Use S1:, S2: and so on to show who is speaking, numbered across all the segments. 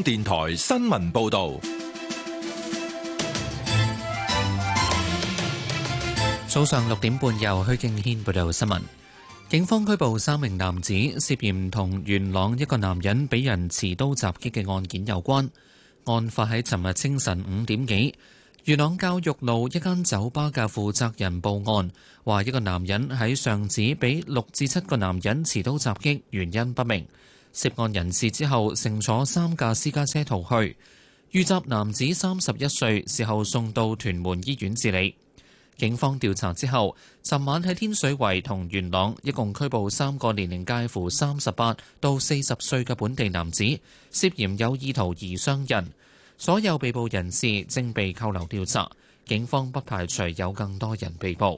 S1: 電台新聞報道。
S2: 早上6點半，由許敬軒報道新聞。警方拘捕3名男子，涉嫌同元朗一個男人俾人持刀襲擊嘅案件有關。案發喺尋日清晨5點幾，元朗教育路一間酒吧嘅負責人報案，話一個男人喺上址俾6至7個男人持刀襲擊，原因不明。涉案人士之後乘坐3架私家車逃去。遇襲男子31歲，事後送到屯門醫院治理。警方調查之後，尋晚喺天水圍同元朗一共拘捕3個年齡介乎38到40歲嘅本地男子，涉嫌有意圖而傷人。所有被捕人士正被扣留調查，警方不排除有更多人被捕。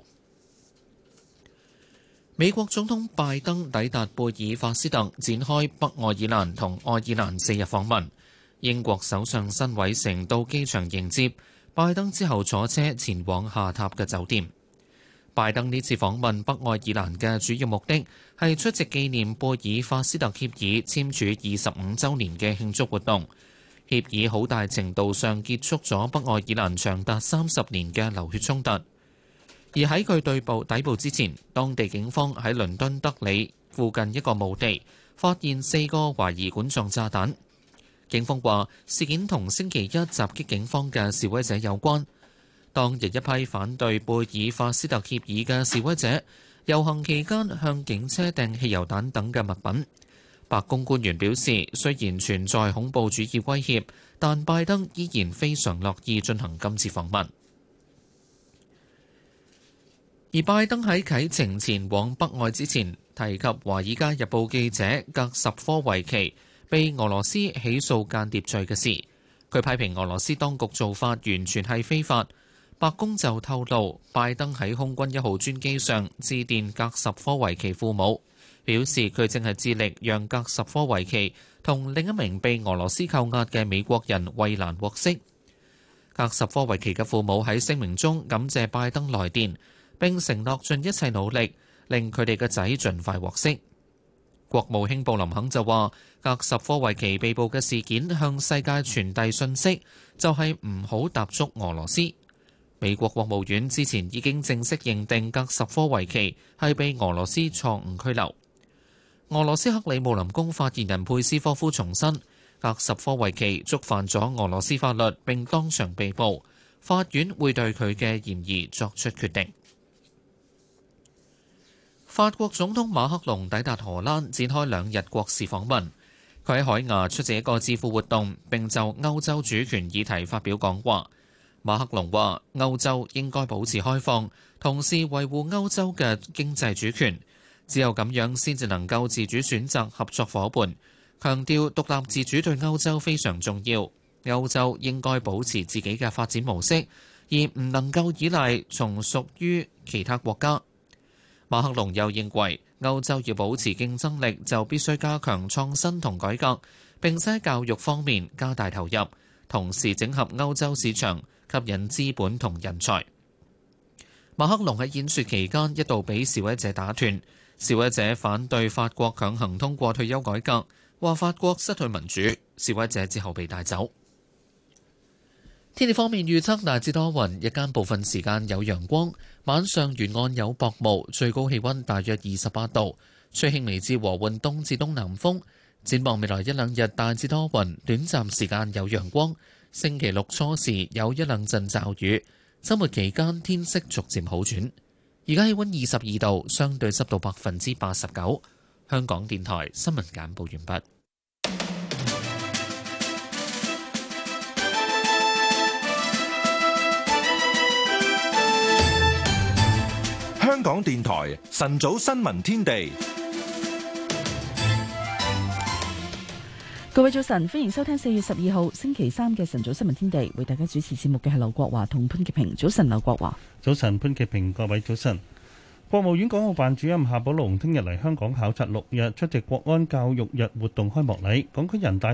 S2: 美國總統拜登抵達貝爾法斯特，展開北愛爾蘭同愛爾蘭4日訪問。英國首相辛偉誠到機場迎接拜登，之後坐車前往下榻嘅酒店。拜登呢次訪問北愛爾蘭嘅主要目的係出席紀念貝爾法斯特協議簽署25週年嘅慶祝活動。協議好大程度上結束咗北愛爾蘭長達30年嘅流血衝突。而喺佢抵埗之前，當地警方喺倫敦德里附近一個墓地發現4個懷疑管狀炸彈。警方話事件同星期一襲擊警方嘅示威者有關。當日一批反對貝爾法斯特協議嘅示威者遊行期間向警車掟汽油彈等嘅物品。白宮官員表示，雖然存在恐怖主義威脅，但拜登依然非常樂意進行今次訪問。而拜登喺啟程前往北愛之前，提及《華爾街日報》記者格什科維奇被俄羅斯起訴間諜罪嘅事。佢批評俄羅斯當局做法完全係非法。白宮就透露，拜登喺空軍1號專機上致電格什科維奇父母，表示佢正係致力讓格什科維奇同另一名被俄羅斯扣押嘅美國人惠蘭獲釋。格什科維奇嘅父母喺聲明中感謝拜登來電，並承諾盡一切努力令佢哋嘅仔盡快獲釋。國務卿布林肯就話，格什科維奇被捕嘅事件向世界傳遞訊息，就係唔好踏足俄羅斯。美國國務院之前已經正式認定格什科維奇係被俄羅斯錯誤拘留。俄羅斯克里姆林宮發言人佩斯科夫重申，格什科維奇觸犯咗俄羅斯法律並當場被捕，法院會對佢嘅嫌疑作出決定。法國總統馬克龍抵達荷蘭，展開2日國事訪問。佢喺海牙出席一個智庫活動，並就歐洲主權議題發表講話。馬克龍話：歐洲應該保持開放，同時維護歐洲嘅經濟主權，只有咁樣先至能夠自主選擇合作夥伴。強調獨立自主對歐洲非常重要，歐洲應該保持自己嘅發展模式，而唔能夠依賴從屬於其他國家。馬克龍又認為，歐洲要保持競爭力，就必須加強創新同改革，並且喺教育方面加大投入，同時整合歐洲市場，吸引資本同人才。馬克龍喺演說期間一度俾示威者打斷，示威者反對法國強行通過退休改革，話法國失去民主。示威者之後被帶走。天氣方面預測大致多雲，日間部分時間有陽光，晚上沿岸有薄霧，最高氣溫大約28度，吹輕微至和緩東至東南風。展望未來1-2日大致多雲，短暫時間有陽光。星期六初時有1-2陣驟雨，週末期間天色逐漸好轉。而家氣溫22度，相對濕度89%。香港電台新聞簡報完畢。
S1: 香港電台晨早新聞天地，
S3: 各位早晨，歡迎收聽4月12號星期三嘅晨早新聞天地，為大家主持節目嘅係劉國華同潘潔平。早晨，劉國華。
S4: 早晨，潘潔平。各位早晨。國務院港澳辦主任夏寶龍聽日嚟香港考察6日，出席國安教育日活動開幕禮。港區人大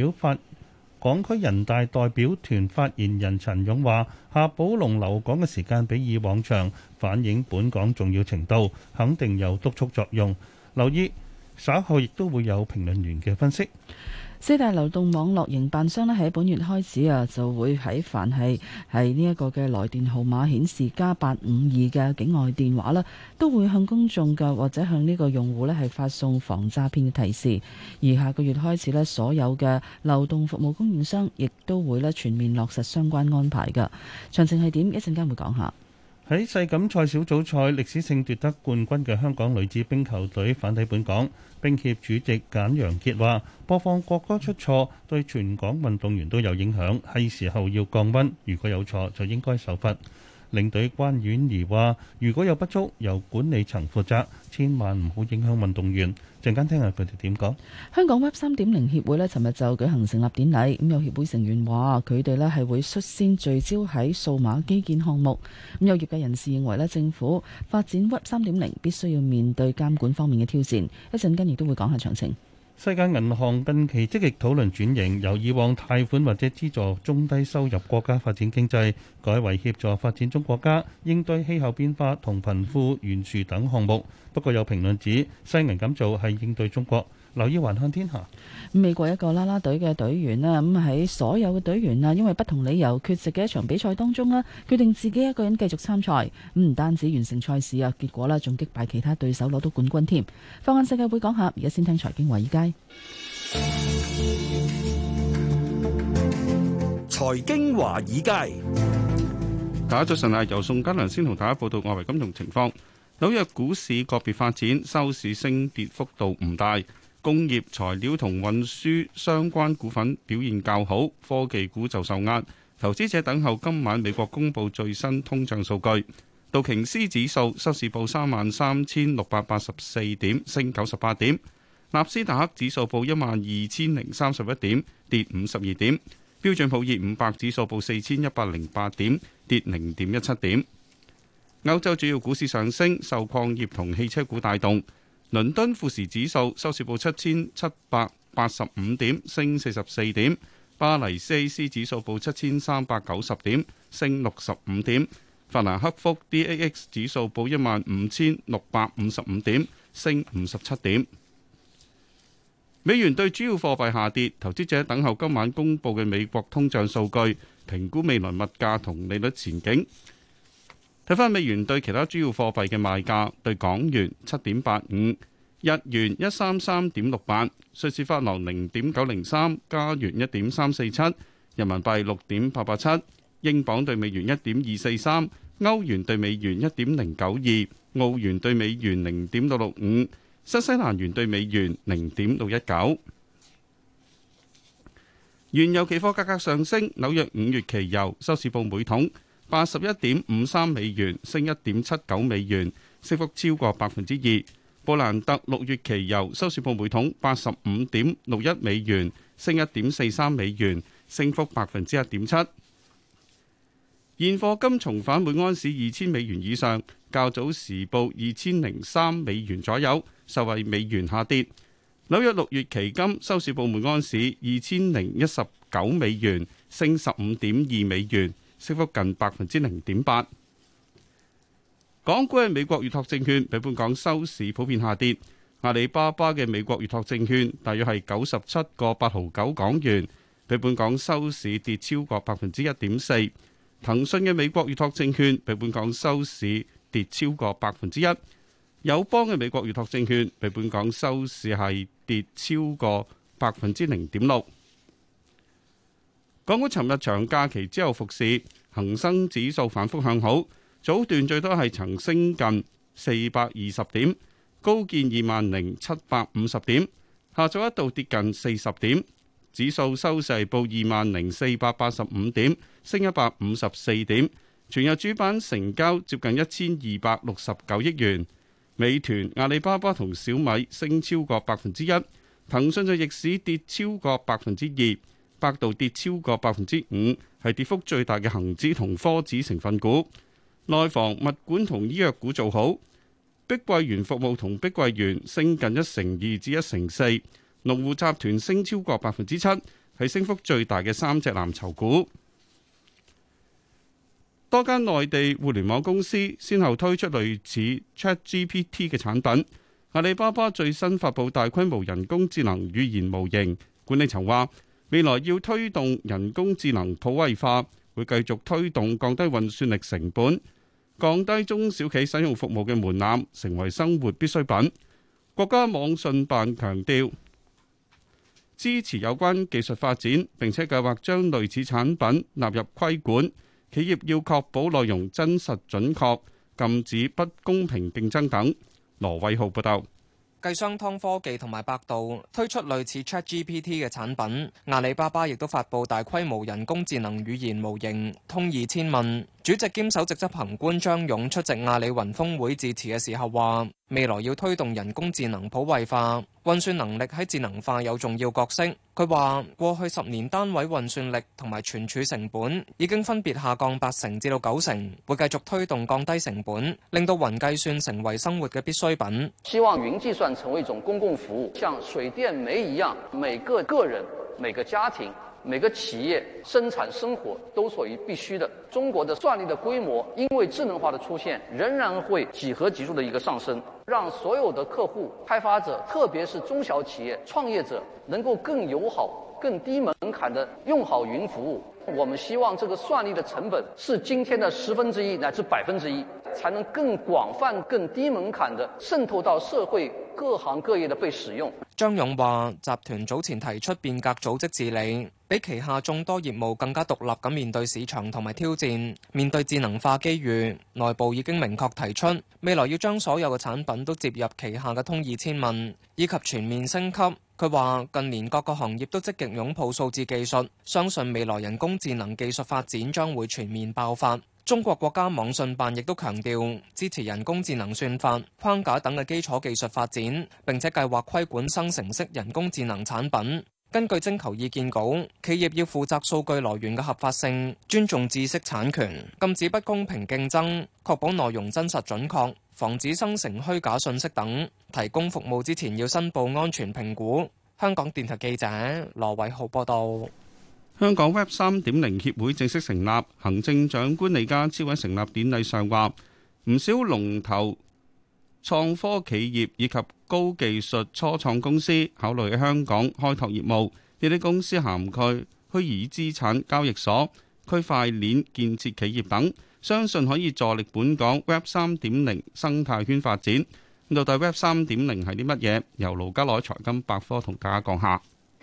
S4: 代表團發言人陳勇話：夏寶龍留港嘅時間比以往長，反映本港重要程度，肯定有督促作用。留意稍後亦都會有評論員嘅分析。
S3: 四大流動網絡營辦商咧喺本月開始就會喺凡係呢一個嘅來電號碼顯示+852嘅境外電話都會向公眾嘅或者向呢個用戶係發送防詐騙嘅提示。而下個月開始所有嘅流動服務供應商亦都會全面落實相關安排㗎。詳情係點？一陣間會講下。
S4: 喺世錦賽小組賽歷史性奪得冠軍嘅香港女子冰球隊返抵本港，冰協主席簡陽傑話：播放國歌出錯對全港運動員都有影響，係時候要降溫，如果有錯就應該受罰。領隊關婉儀話：如果有不足，由管理層負責，千萬唔好影響運動員。陣間聽下佢哋點講。
S3: 香港 Web 3.0協會尋日就舉行成立典禮，咁有協會成員話佢哋係會率先聚焦喺數碼基建項目。咁有業界人士認為政府發展 Web 3.0必須要面對監管方面嘅挑戰。一陣間亦都會講下詳情。
S4: 世界銀行近期積極討論轉型，由以往貸款或者資助中低收入國家發展經濟，改為協助發展中國家應對氣候變化同貧富懸殊等項目。不過有評論指，世銀咁做係應對中國。留意環看天下。
S3: 美國一個啦啦隊嘅隊員啦，咁喺所有嘅隊員因為不同理由缺席嘅一場比賽當中決定自己一個人繼續參賽。唔單止完成賽事結果仲擊敗其他對手攞到冠軍添。放眼世界會講下，而家先聽財經華爾街。
S5: 財經華爾街，
S6: 大家早晨啊！由宋嘉良先同大家報道外圍金融情況。紐約股市個別發展，收市升跌幅度唔大。工業、材料同運輸相關股份表現較好，科技股就受壓。投資者等候今晚美國公布最新通脹數據。道瓊斯指數收市報33,684點，升98點。納斯達克指數報12,031點，跌52點。標準普爾500指數報4,108點，跌0.17點。歐洲主要股市上升，受礦業同汽車股帶動。倫敦富時指數收市報7,785點，升44點。巴黎 CAC 指數報7,390點，升65點。法蘭克福 DAX 指數報15,655點，升57點。美元對主要貨幣下跌，投資者等候今晚公布嘅美國通脹數據，評估未來物價同利率前景。睇返美元對其他主要貨幣嘅賣價，對港元7.85，日元133.68，瑞士法郎0.903，加元1.347，人民幣6.887，英鎊對美元1.243，歐元對美元1.092，澳元對美元0.665，新西蘭元對美元0.619。原油期貨價格上升，紐約5月期油收市報每桶81.53美元，升1.79美元，升幅超過2%。布蘭特6月期油收市報每桶85.61美元，升1.43美元，升幅1.7%。現貨金重返每盎司2000美元以上，較早時報2003美元左右，受惠美元下跌。紐約6月期金收市報每盎司2019美元，升15.2美元。升幅近0.8%。港股嘅美國預託證券比本港收市普遍下跌。阿里巴巴嘅美國預託證券大約係97個8毫9港元，比本港收市跌超過1.4%。騰訊嘅美國預託證券比本港收市跌超過1%。友邦嘅美國預託證券比本港收市係跌超過0.6%。港股尋日長假期之後復市，恒生指數反覆向好，早段最多係曾升近420點，高見20,750點，下晝一度跌近40點，指數收市報20,485點，升154點，全日主板成交接近1269億元。美團、阿里巴巴同小米升超過1%，騰訊就逆市跌超過2%。百度跌超過5%，係跌幅最大嘅恒指同科指成分股。內房、物管同醫藥股做好，碧桂園服務同碧桂園升近1成2至1成4，龍湖集團升超過7%，係升幅最大嘅3隻藍籌股。多間內地互聯網公司先後推出類似 ChatGPT 嘅產品。阿里巴巴最新發布大規模人工智能語言模型管理層話，未來要推動人工智能普惠化，會繼續推動降低運算力成本，降低中小企使用服務嘅門檻，成為生活必需品。國家網信辦強調，支持有關技術發展，並且計劃將類似產品納入規管。企業要確保內容真實準確，禁止不公平競爭等。羅偉浩報道。
S7: 繼商湯科技同埋百度推出類似 ChatGPT 嘅產品，阿里巴巴亦都發佈大規模人工智能語言模型通義問。主席兼首席執行官張勇出席阿里雲峰會致辭嘅時候話，未來要推動人工智能普惠化，運算能力喺智能化有重要角色。佢話過去10年單位運算力同埋存儲成本已經分別下降80%至90%，會繼續推動降低成本，令到雲計算成為生活嘅必需品。
S8: 希望雲計算成為一種公共服務，像水電煤一樣，每個個人、每個家庭、每個企業生產生活都屬於必須的。中國的算力的規模因為智能化的出現，仍然會幾何級數的一個上升，讓所有的客戶、開發者，特別是中小企業、創業者能夠更友好、更低門檻的用好雲服務。我們希望這個算力的成本是今天的1/10乃至1%，才能更廣泛、更低門檻的滲透到社會各行各業的被使用。
S7: 張勇話：集團早前提出變革組織治理，比旗下眾多業務更加獨立咁面對市場同埋挑戰。面對智能化機遇，內部已經明確提出，未來要將所有嘅產品都接入旗下嘅通義千問，以及全面升級。佢話近年各個行業都積極擁抱數字技術，相信未來人工智能技術發展將會全面爆發。中國國家網信辦亦都強調支持人工智能算法、框架等嘅基礎技術發展，並且計劃規管生成式人工智能產品。根據徵求意見稿，企業要負責數據來源嘅合法性，尊重知識產權，禁止不公平競爭，確保內容真實準確，防止生成虛假信息等。提供服務之前要申報安全評估。香港電台記者羅偉浩報道。
S6: 香港 Web 3.0協會正式成立，行政長官李家超喺成立典禮上話，唔少龍頭創科企業以及高技術初創公司考慮喺香港開拓業務，呢啲公司涵蓋虛擬資產交易所、區塊鏈建設企業等，相信可以助力本港 Web 3.0生態圈發展。到底 Web 3.0係啲乜嘢？由盧家樂財金百科同大家講下。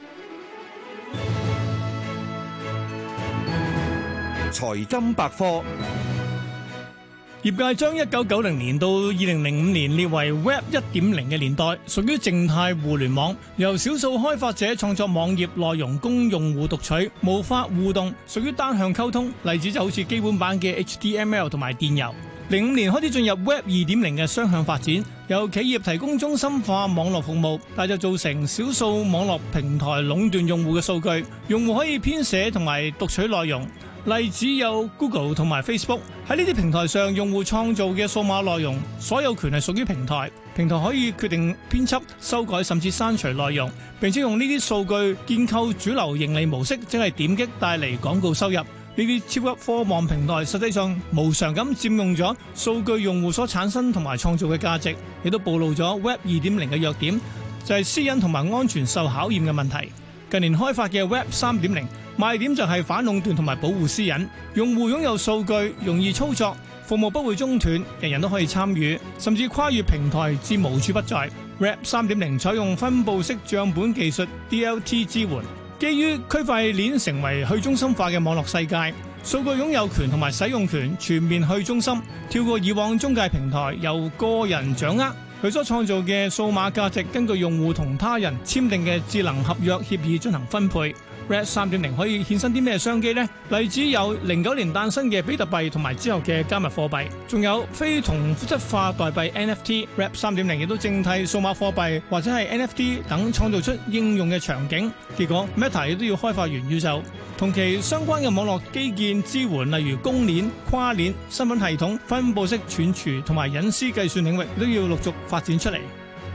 S5: 財金百科。
S9: 業界將1990年到2005年列為 Web 1.0嘅年代，屬於靜態互聯網，由少數開發者創作網頁內容供用戶讀取，無法互動，屬於單向溝通。例子就好似基本版嘅 HTML 同埋電郵。05年開始進入 Web 2.0嘅雙向發展，由企業提供中心化網絡服務，但就造成少數網絡平台壟斷用戶嘅數據，用戶可以編寫同埋讀取內容。例子有 Google 同埋 Facebook。 喺呢啲平台上，用戶創造嘅數碼內容所有權係屬於平台，平台可以決定編輯、修改甚至刪除內容，並且用呢啲數據建構主流盈利模式，即係點擊帶嚟廣告收入。呢啲超級科網平台實際上無償咁佔用咗數據用戶所產生同埋創造嘅價值，亦都暴露咗 Web 2.0嘅弱點，就係私隱同埋安全受考驗嘅問題。近年開發嘅 Web 3.0賣點就係反壟斷同埋保護私隱，用戶擁有數據，容易操作，服務不會中斷，人人都可以參與，甚至跨越平台至無處不在。Web 3.0採用分布式帳本技術 DLT 支援，基於區塊鏈成為去中心化嘅網絡世界，數據擁有權同埋使用權全面去中心，跳過以往中介平台，由個人掌握。佢所創造嘅數碼價值，根據用戶同他人簽訂嘅智能合約協議進行分配。Web 3.0可以衍生啲咩商機呢？例子有09年誕生嘅比特幣同埋之後嘅加密貨幣，仲有非同質化代幣 NFT。Web 3.0亦都正替數碼貨幣或者係 NFT 等創造出應用嘅場景。結果 Meta 亦都要開發元宇宙，同其相關嘅網絡基建支援，例如公鏈、跨鏈、身份系統、分佈式存儲同埋隱私計算領域都要陸續發展出嚟。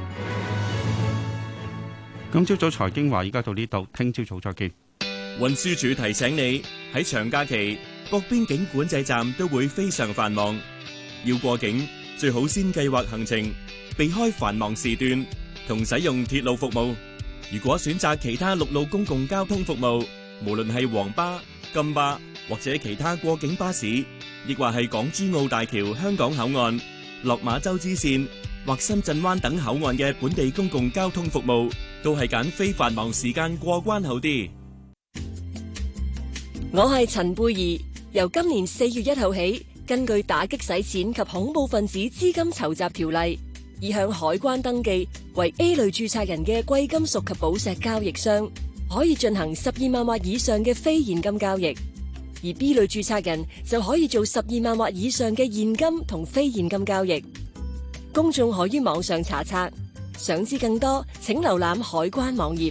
S6: 今朝早財經話，而家到呢度，聽朝早再見。
S10: 運輸署提醒你，喺長假期各邊境管制站都會非常繁忙，要過境最好先計劃行程，避開繁忙時段同使用鐵路服務。 如果選擇其他陸路公共交通服務，無論係黃巴、金巴或者其他過境巴士，亦或係港珠澳大橋香港口岸、落馬洲支線或深圳灣等口岸嘅本地公共交通服務，都係揀非繁忙時間過關好啲。
S11: 我係陳貝兒，由今年4月1號起，根據打擊洗錢及恐怖分子資金籌集條例，已向海關登記為 A 類註冊人嘅貴金屬及寶石交易商，可以進行12萬或以上嘅非現金交易；而 B 類註冊人就可以做12萬或以上嘅現金同非現金交易。公眾可於網上查冊，想知更多，請瀏覽海關網頁。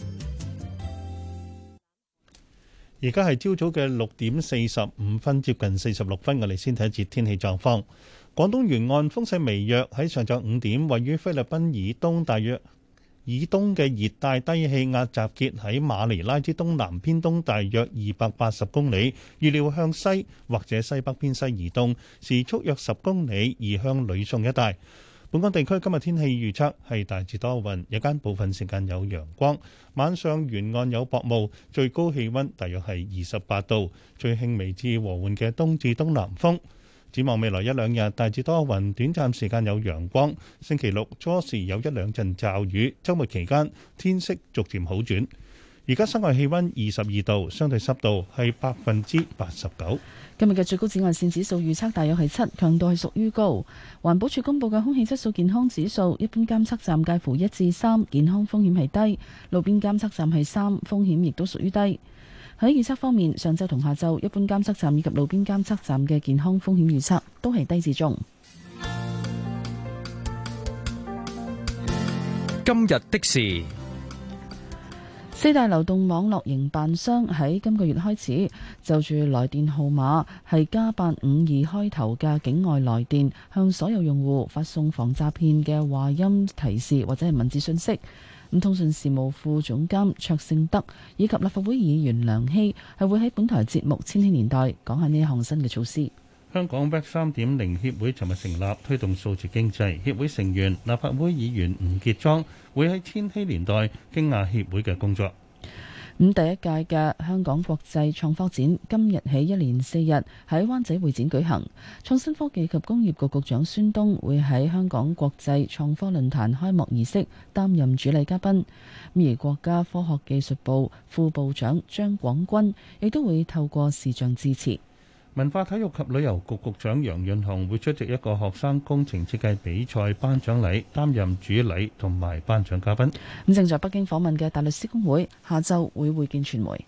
S4: 而家係朝早嘅6:45，接近46分，我哋先睇一節天氣狀況。廣東沿岸風勢微弱，喺上晝5點，位於菲律賓以東嘅熱帶低氣壓集結喺馬尼拉之東南偏東大約280公里，預料向西或者西北偏西移動，時速約10公里，移向呂宋一帶。本港地區今日天氣預測係大致多雲，日間部分時間有陽光，晚上沿岸有薄霧，最高氣溫大約係28度，最輕微至和緩嘅東至東南風。展望未來一兩日，大致多雲，短暫時間有陽光。星期六初時有一兩陣驟雨，週末期間天色逐漸好轉。而家室外氣溫22度，相對濕度係89%。
S3: 今日嘅最高紫外線指數預測大約係7，強度係屬於高。環保署公布嘅空氣質素健康指數，一般監測站介乎1至3，健康風險係低；路邊監測站係3，風險亦都屬於低。喺預測方面，上晝同下晝一般監測站以及路邊監測站嘅健康風險預測都係低至中。
S5: 今日的事。
S3: 4大流動網絡營辦商喺今個月開始就住來電號碼係+852開頭嘅境外來電，向所有用戶發送防詐騙嘅話音提示或者係文字信息。通訊事務副總監卓勝德以及立法會議員梁希係會喺本台節目《千禧年代》講下呢一項新嘅措施。
S4: 香港 Web 3.0協會尋日成立，推動數字經濟。協會成員立法會議員吳傑莊會喺千禧年代傾下協會嘅工作。
S3: 第一屆嘅香港國際創科展今日起一連4日喺灣仔會展舉行。創新科技及工業局局長孫東會喺香港國際創科論壇開幕儀式擔任主禮嘉賓。而國家科學技術部副部長張廣軍亦都會透過視像致辭。
S4: 文化體育及旅遊局局長楊潤雄會出席一個學生工程設計比賽頒獎禮，擔任主禮同埋頒獎嘉賓。
S3: 正在北京訪問嘅大律師公會下晝會會見傳媒。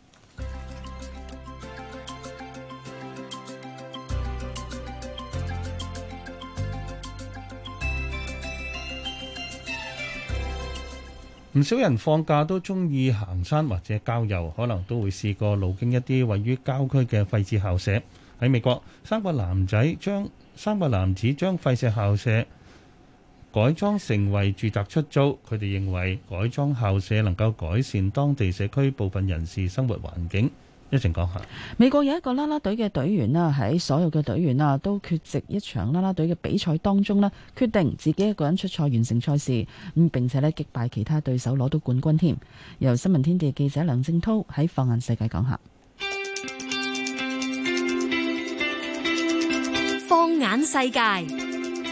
S4: 唔少人放假都中意行山或者郊遊，可能都會試過路經一啲位於郊區嘅廢置校舍。喺美國，三個男子將廢棄校舍改裝成為住宅出租。佢哋認為改裝校舍能夠改善當地社區部分人士生活環境。一陣講下。
S3: 美國有一個啦啦隊嘅隊員啦，喺所有嘅隊員啊都缺席一場啦啦隊嘅比賽當中咧，決定自己一個人出賽完成賽事，並且咧擊敗其他對手攞到冠軍添。由新聞天地記者梁正濤喺放眼世界講下。
S12: 放眼世界。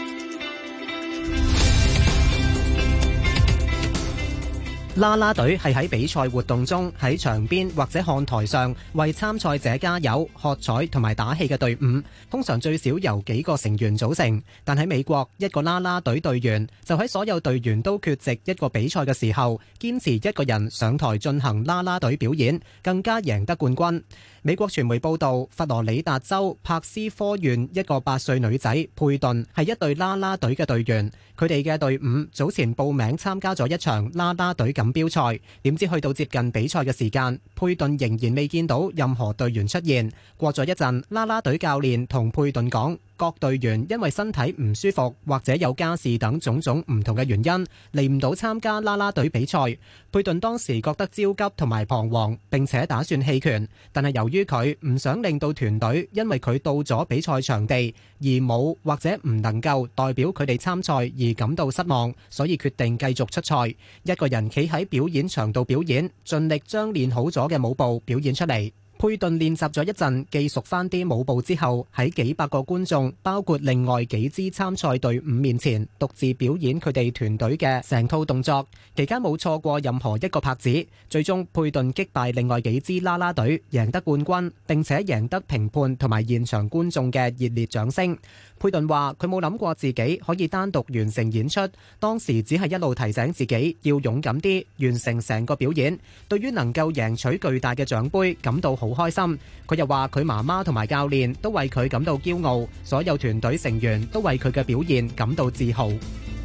S13: 啦啦隊係喺比賽活動中喺場邊或者看台上為參賽者加油、喝彩同埋打氣嘅隊伍，通常最少由幾個成員組成。但喺美國，一個啦啦隊隊員就喺所有隊員都缺席一個比賽嘅時候，堅持一個人上台進行啦啦隊表演，更加贏得冠軍。美國傳媒報道，佛羅里達州柏斯科縣一個8歲女仔佩頓係一隊啦啦隊嘅隊員，佢哋嘅隊伍早前報名參加咗一場啦啦隊錦標賽，點知去到接近比賽嘅時間，佩頓仍然未見到任何隊員出現。過咗一陣，啦啦隊教練同佩頓講： 各隊員因為身體唔舒服或者有家事等種種唔同嘅原因嚟唔到參加啦啦隊比賽。佩頓當時覺得焦急同埋彷徨，並且打算棄權，但係由於佢唔想令到團隊因為佢到咗比賽場地而冇或者唔能夠代表佢哋參賽而感到失望，所以決定繼續出賽。一個人企喺表演場度表演，盡力將練好咗嘅舞步表演出嚟。佩頓練習咗一陣，記熟翻啲舞步之後，喺幾百個觀眾，包括另外幾支參賽隊伍面前，獨自表演佢哋團隊嘅成套動作。期間冇錯過任何一個拍子。最終，佩頓擊敗另外幾支啦啦隊，贏得冠軍，並且贏得評判同埋現場觀眾嘅熱烈掌聲。佩頓話：佢冇諗過自己可以單獨完成演出，當時只係一路提醒自己要勇敢啲，完成成個表演。對於能夠贏取巨大嘅獎杯，感到好開心。佢又話：佢媽媽同埋教練都為佢感到驕傲，所有團隊成員都為佢嘅表現感到自豪。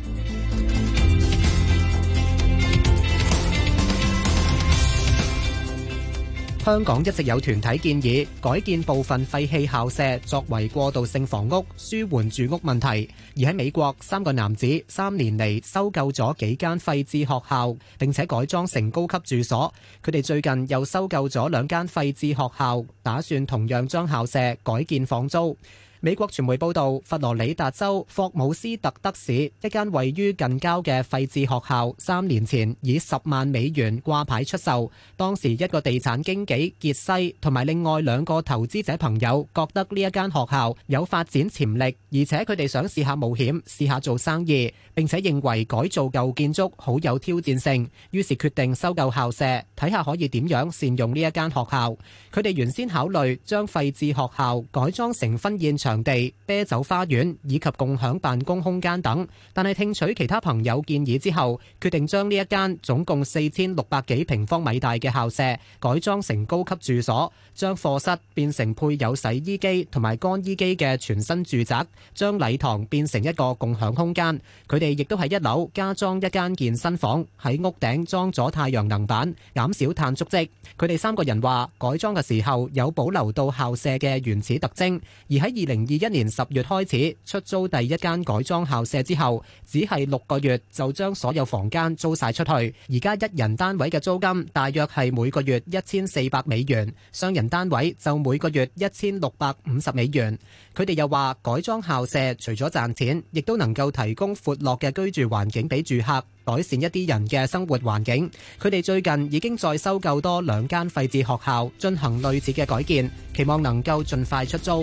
S13: 香港一直有團體建議改建部分廢棄校舍作為過渡性房屋，舒緩住屋問題。而喺美國，3個男子3年嚟收購咗幾間廢置學校，並且改裝成高級住所。佢哋最近又收購咗2間廢置學校，打算同樣將校舍改建放租。美國傳媒報道，佛羅里達州霍姆斯特德市一間位於近郊嘅廢置學校，3年前以10萬美元掛牌出售。當時一個地產經紀傑西同埋另外2個投資者朋友覺得呢一間學校有發展潛力，而且佢哋想試下冒險，試下做生意，並且認為改造舊建築好有挑戰性，於是決定收購校舍，睇下可以點樣善用呢一間學校。佢哋原先考慮將廢置學校改裝成婚宴場地、啤酒花園以及共享辦公空間等，但係聽取其他朋友建議之後，決定將呢一間總共4600幾平方米大嘅校舍改裝成高級住所，將課室變成配有洗衣機同埋乾衣機嘅全新住宅，將禮堂變成一個共享空間。佢哋亦都喺1樓加裝一間健身房，喺屋頂裝咗太陽能板，減少碳足跡。佢哋3個人話，改裝嘅時候有保留到校舍嘅原始特徵，而喺2021年10月開始出租第一間改裝校舍之後，只係6個月就將所有房間租晒出去。而家1人單位嘅租金大約係每個月1400美元，雙人單位就每個月1650美元。佢哋又話，改裝校舍除咗賺錢，亦都能夠提供闊落嘅居住環境俾住客，改善一啲人嘅生活環境。佢哋最近已經再收購多2間廢置學校，進行類似嘅改建，期望能夠盡快出租。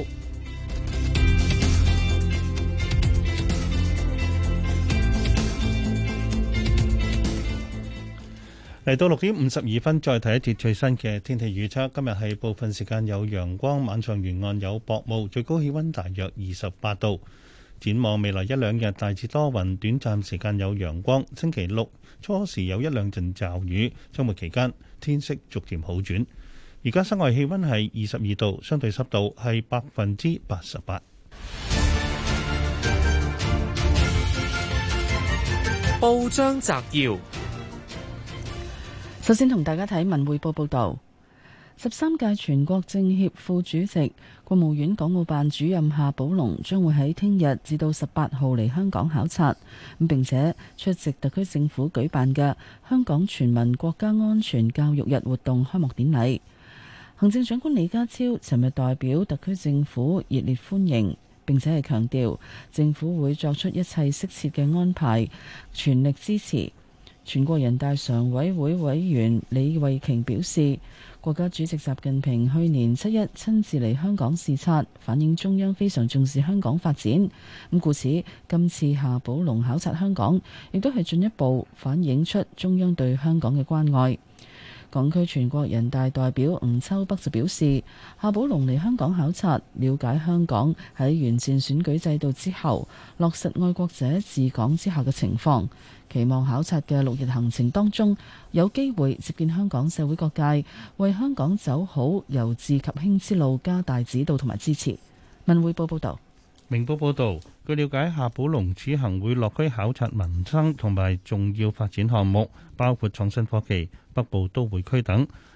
S4: 嚟到6點52分，再睇一節最新嘅天氣預測。今日係部分時間有陽光，晚上沿岸有薄霧，最高氣溫大約28度。展望未來1-2日大致多雲，短暫時間有陽光。星期六初時有1-2陣驟雨，週末期間天色逐漸好轉。而家室外氣溫係22度，相對濕度係88%。
S2: 報章摘要。
S3: 首先同大家睇文匯報報道，13屆全國政協副主席、國務院港澳辦主任夏寶龍將會喺聽日至到18號嚟香港考察，並且出席特區政府舉辦嘅香港全民國家安全教育日活動開幕典禮。行政長官李家超尋日代表特區政府熱烈歡迎，並且係強調政府會作出一切適切嘅安排，全力支持。全國人大常委會委員李慧瓊表示，國家主席習近平去年7月親自嚟香港視察，反映中央非常重視香港發展。咁故此，今次夏寶龍考察香港，亦都係進一步反映出中央對香港嘅關愛。港區全國人大代表吳秋北就表示，夏寶龍嚟香港考察，了解香港喺完善選舉制度之後，落實愛國者治港之下嘅情況。期望考察嘅6日行程當中，有機會接見香港社會各界，為香港走好由治及興之路加大指導同埋支持。文匯報報道。
S4: 明報報導，據了解，夏寶龍此行會落區考察民生同埋重要發展項目，包括創新科技、北部都會區等。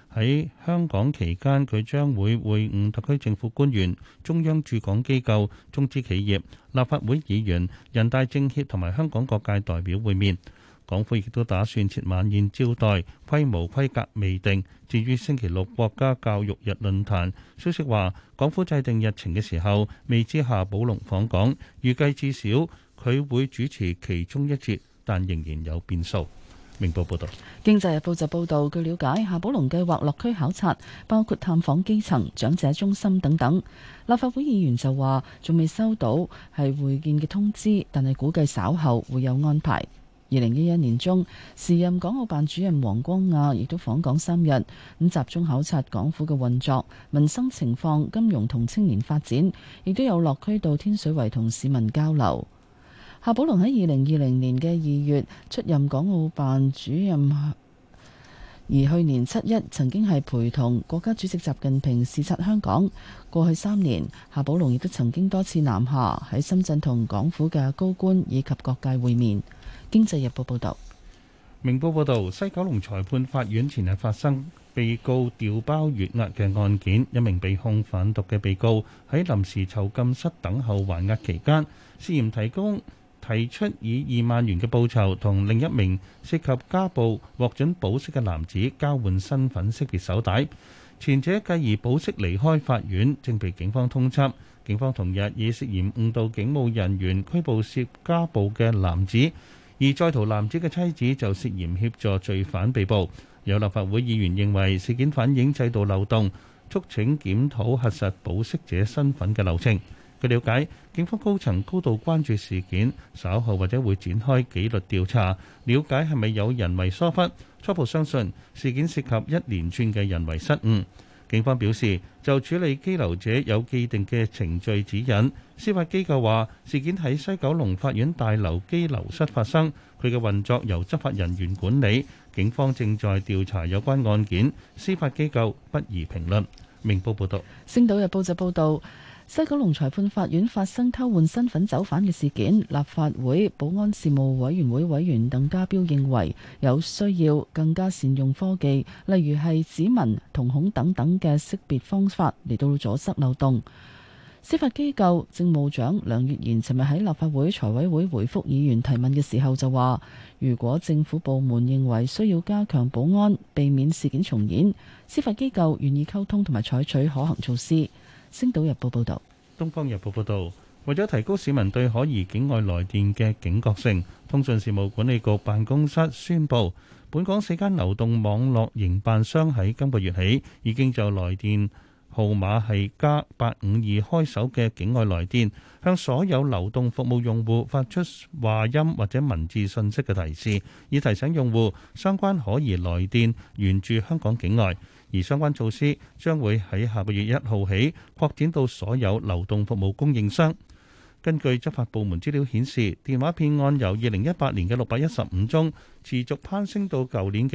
S4: 喺香港期間，佢將會會晤特區政府官員、中央駐港機構、中資企業、立法會議員、人大政協同埋香港各界代表會面。港府亦都打算設晚宴招待，規模規格未定。至於星期六國家教育日論壇，消息話港府制定日程嘅時候，未知夏寶龍訪港，預計至少佢會主持其中一節，但仍然有變數。明報報道。
S3: 經濟日報就報導，據了解，夏寶龍計劃落區考察，包括探訪基層、長者中心等等。立法會議員就話，仲未收到係會見嘅通知，但係估計稍後會有安排。2011年中，時任港澳辦主任黃光亞亦都訪港3日，咁集中考察港府嘅運作、民生情況、金融同青年發展，亦都有落區到天水圍同市民交流。夏寶龍喺2020年嘅2月出任港澳辦主任，而去年7月曾經係陪同國家主席習近平視察香港。過去3年，夏寶龍亦都曾經多次南下喺深圳同港府嘅高官以及各界會面。經濟日報報導。
S4: 明報報導，西九龍裁判法院前日發生被告調包越押嘅案件，一名被控販毒嘅被告喺臨時囚禁室等候還押期間，涉嫌提出以2萬元嘅報酬同另一名涉及家暴獲准保釋嘅男子交換身份識別手帶，前者繼而保釋離開法院，正被警方通緝。警方同日以涉嫌誤導警務人員拘捕涉家暴嘅男子，而在逃男子嘅妻子就涉嫌協助罪犯被捕。有立法會議員認為事件反映制度漏洞，促請檢討核實保釋者身份嘅流程。據了解，警方高層高度關注事件，稍後或者會展開紀律調查，了解係咪有人為疏忽。初步相信事件涉及一連串嘅人為失誤。警方表示，就處理羈留者有既定嘅程序指引。司法機構話，事件喺西九龍法院大樓羈留室發生，佢嘅運作由執法人員管理。警方正在調查有關案件，司法機構不宜評論。明報報道。
S3: 星島日報就報導，西九龍裁判法院發生偷換身份走犯嘅事件，立法會保安事務委員會委員鄧家彪認為有需要更加善用科技，例如係指紋、瞳孔等等嘅識別方法嚟到阻塞漏洞。司法機構政務長梁月賢尋日喺立法會財委會回覆議員提問嘅時候就話，如果政府部門認為需要加強保安，避免事件重演，司法機構願意溝通同埋採取可行措施。星島日報報道。
S4: 東方日報報道，為咗提高市民對可疑境外來電嘅警覺性，通訊事務管理局辦公室宣布，本港4間流動網絡營辦商喺今個月起已經就來電號碼係+852開首嘅境外來電，向所有流動服務用戶發出話音或者文字信息嘅提示，以提醒用戶相關可疑來電源自香港境外。而相關措施將會喺下個月1號起擴展到所有流動服務供應商。根據執法部門資料顯示，電話騙案由2018年嘅615宗持續攀升到舊年嘅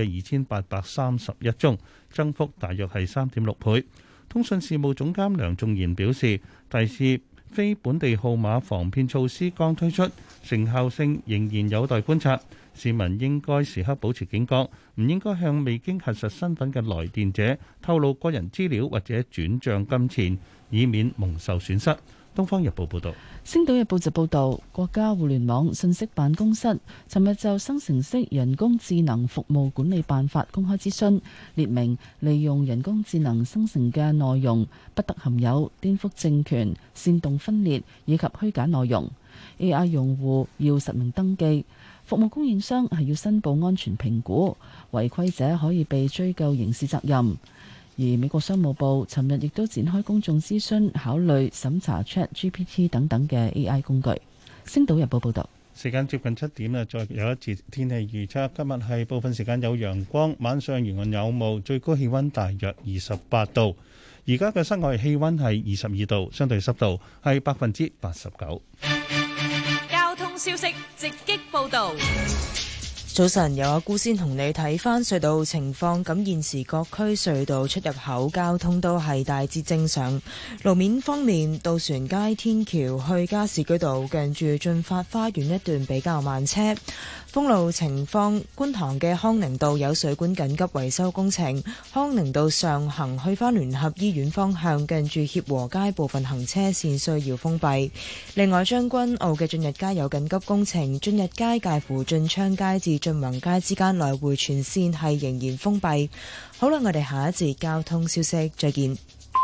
S4: 2831宗，增幅大約係3.6倍。通訊事務總監梁仲賢表示，提示非本地號碼防騙措施剛推出，成效性仍然有待觀察。市民應該時刻保持警覺，唔應該向未經核實身份嘅來電者透露個人資料或者轉帳金錢，以免蒙受損失。《東方日報》報道。《
S3: 星島日報》就報導，國家互聯網信息辦公室尋日就生成式人工智能服務管理辦法公開諮詢，列明利用人工智能生成嘅內容不得含有顛覆政權、煽動分裂以及虛假內容。AI 用戶要實名登記，服務供應商係要申報安全評估，違規者可以被追究刑事責任。而美國商務部尋日亦都展開公眾諮詢，考慮審查 ChatGPT 等等嘅 AI 工具。星島日報報道。
S4: 時間接近7點啦，再有一節天氣預測。今日係部分時間有陽光，晚上沿岸有霧，最高氣溫大約28度。而家嘅室外氣溫係22度，相對濕度係89%。
S12: 交通消息直擊報道。
S14: 早晨，有阿姑先同你睇翻隧道情況。咁現時各區隧道出入口交通都係大致正常。路面方面，渡船街天橋去加士居道近住駿發花園一段比較慢車。 封路情況，觀塘嘅康寧道有水管緊急維修工程，康寧道上行去返聯合醫院方向，近住協和街部分行車線需要封閉。另外，將軍澳嘅駿日街有緊急工程，駿日街介乎駿昌街至駿宏街之間來回全線係仍然封閉。好啦，我哋下一節交通消息再見。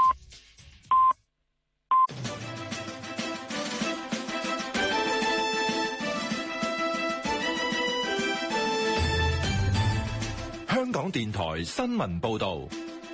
S1: 香港電台新聞報道。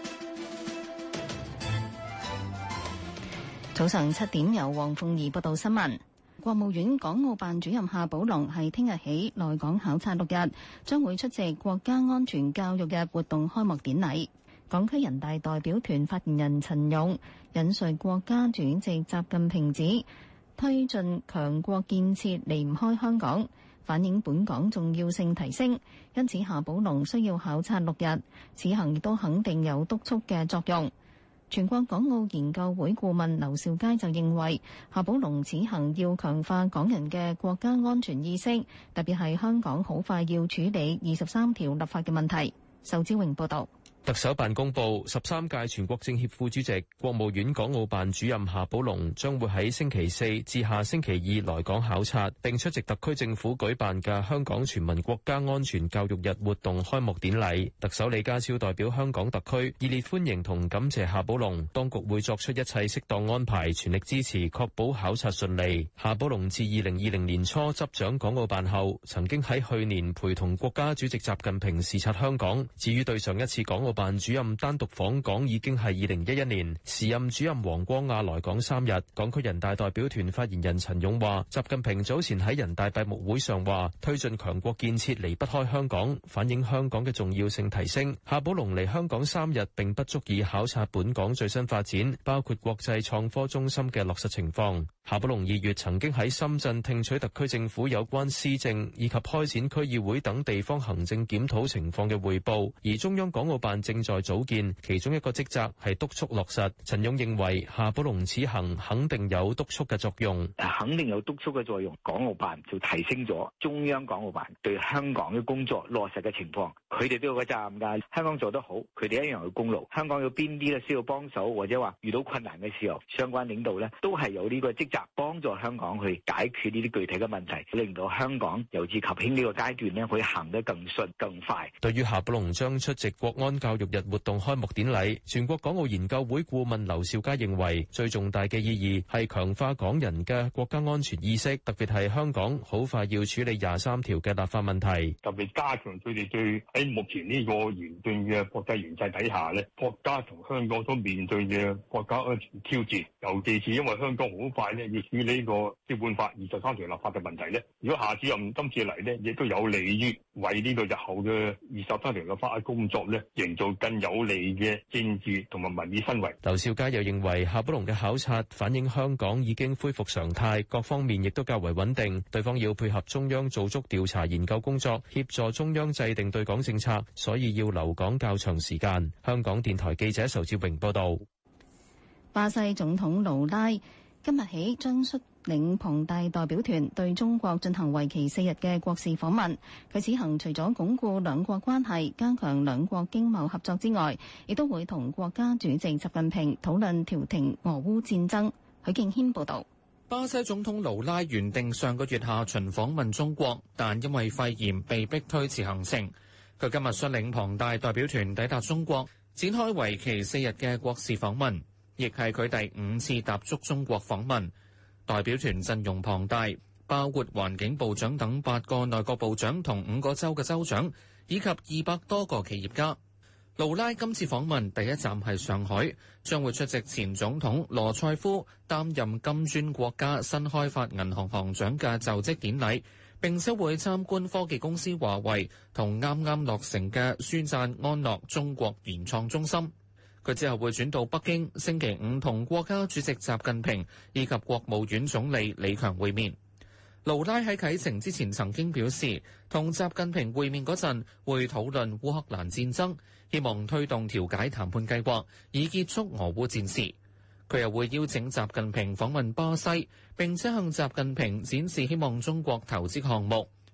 S15: 早上7點，由黃鳳儀報道新聞。國務院港澳辦主任夏寶龍係聽日起來港考察6日，將會出席國家安全教育日活動開幕典禮。港區人大代表團發言人陳勇引述國家主席習近平指，推進強國建設離唔開香港，反映本港重要性提升，因此夏寶龍需要考察6日，此行亦都肯定有督促嘅作用。全國港澳研究會顧問劉兆佳就認為，夏寶龍此行要強化港人嘅國家安全意識，特別係香港好快要處理23條立法嘅問題。仇志榮報導。
S16: 特首辦公布，13屆全國政協副主席、國務院港澳辦主任夏寶龍將會喺星期4至下星期2來港考察，並出席特區政府舉辦嘅香港全民國家安全教育日活動開幕典禮。特首李家超代表香港特區熱烈歡迎同感謝夏寶龍，當局會作出一切適當安排，全力支持，確保考察順利。夏寶龍自2020年初執掌港澳辦後，曾經喺去年陪同國家主席習近平視察香港。至於對上一次港澳辦主任單獨訪港已經係2011年，時任主任黃光亞來港3日。港區人大代表團發言人陳勇話，習近平早前喺人大閉幕會上話，推進強國建設離不開香港，反映香港嘅重要性提升。夏寶龍嚟香港3日並不足以考察本港最新發展，包括國際創科中心嘅落實情況。夏寶龍2月曾經喺深圳聽取特區政府有關施政以及開展區議會等地方行政檢討情況嘅匯報，而中央港澳辦正在組建，其中一個職責係督促落實。陳勇認為夏寶龍此行肯定有督促嘅作用，
S17: 肯定有督促嘅作用。港澳辦就提升咗中央港澳辦對香港嘅工作落實嘅情況，佢哋都有個責任㗎。香港做得好，佢哋一樣有功勞。香港有邊啲咧需要幫手，或者話遇到困難嘅時候，相關領導咧都係有呢個職責幫助香港去解決呢啲具體嘅問題，令到香港由治及興呢個階段咧可以行得更順更快。
S16: 對於夏寶龍將出席國安教育日活動開幕典禮，全國港澳研究會顧問劉兆佳認為，最重大嘅意義係強化港人嘅國家安全意識，特別係香港好快要處理23條嘅立法問題，
S18: 特別加強佢哋對喺目前呢個嚴峻嘅國際形勢底下咧，國家同香港所面對嘅國家安全挑戰，尤其是因為香港好快咧要處理呢個基本法23條立法嘅問題咧。如果夏主任今次嚟咧，亦都有利於為呢個日後嘅23條立法嘅工作咧，營造更有利嘅政治同埋民意氛圍。
S16: 劉兆佳又認為夏寶龍嘅考察反映香港已經恢復常態，各方面亦都較為穩定，對方要配合中央做足調查研究工作，協助中央制定對港政策，所以要留港較長時間。香港電台記者仇志榮報道。
S15: 巴西總統盧拉今日起將率領龐大代表團對中國進行為期4日嘅國事訪問。佢此行除咗鞏固兩國關係、加強兩國經貿合作之外，亦都會同國家主席習近平討論調停俄烏戰爭。許敬軒報導。
S2: 巴西總統盧拉原定上個月下旬訪問中國，但因為肺炎被迫推遲行程。佢今日率領龐大代表團抵達中國，展開為期4日嘅國事訪問，亦係佢第5次踏足中國訪問。代表團陣容龐大，包括環境部長等8個內閣部長同5個州嘅州長，以及200多個企業家。盧拉今次訪問第一站係上海，將會出席前總統羅塞夫擔任金磚國家新開發銀行行長嘅就職典禮，並且會參觀科技公司華為同啱啱落成嘅舒贊安樂中國研創中心。佢之後會轉到北京，星期5同國家主席習近平以及國務院總理李強會面。盧拉喺啟程之前曾經表示，同習近平會面嗰陣會討論烏克蘭戰爭，希望推動調解談判計劃，以結束俄烏戰事。佢又會邀請習近平訪問巴西，並且向習近平展示希望中國投資項目，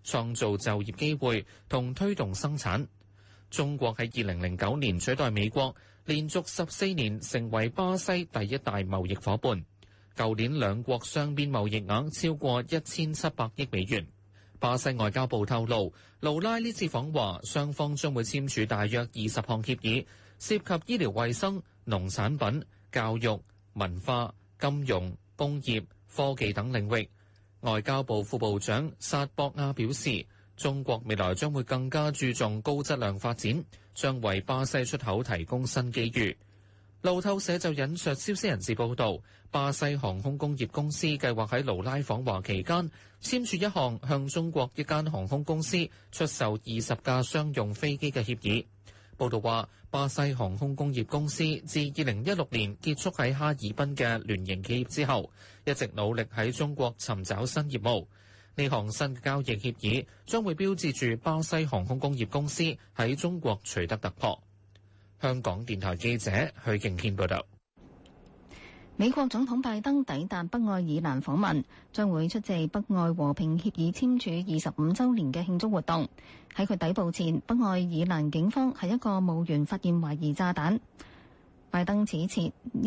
S2: 創造就業機會同推動生產。中國喺2009年取代美國，連續14年成為巴西第一大貿易夥伴。舊年兩國雙邊貿易額超過1700億美元。巴西外交部透露，盧拉呢次訪華，雙方將會簽署大約20項協議，涉及醫療衛生、農產品、教育、文化、金融、工業、科技等領域。外交部副部長薩博亞表示，中國未來將會更加注重高質量發展，將為巴西出口提供新機遇。路透社就引述消息人士報道，巴西航空工業公司計劃喺盧拉訪華期間簽署一項向中國一間航空公司出售20架商用飛機嘅協議。報道話，巴西航空工業公司自2016年結束喺哈爾濱嘅聯營企業之後，一直努力喺中國尋找新業務。呢項新嘅交易協議將會標誌住巴西航空工業公司喺中國取得突破。香港電台記者許敬軒報道。
S15: 美國總統拜登抵達北愛爾蘭訪問，將會出席北愛和平協議簽署25週年嘅慶祝活動。喺佢抵埗前，北愛爾蘭警方喺一個墓園發現懷疑炸彈。拜登此行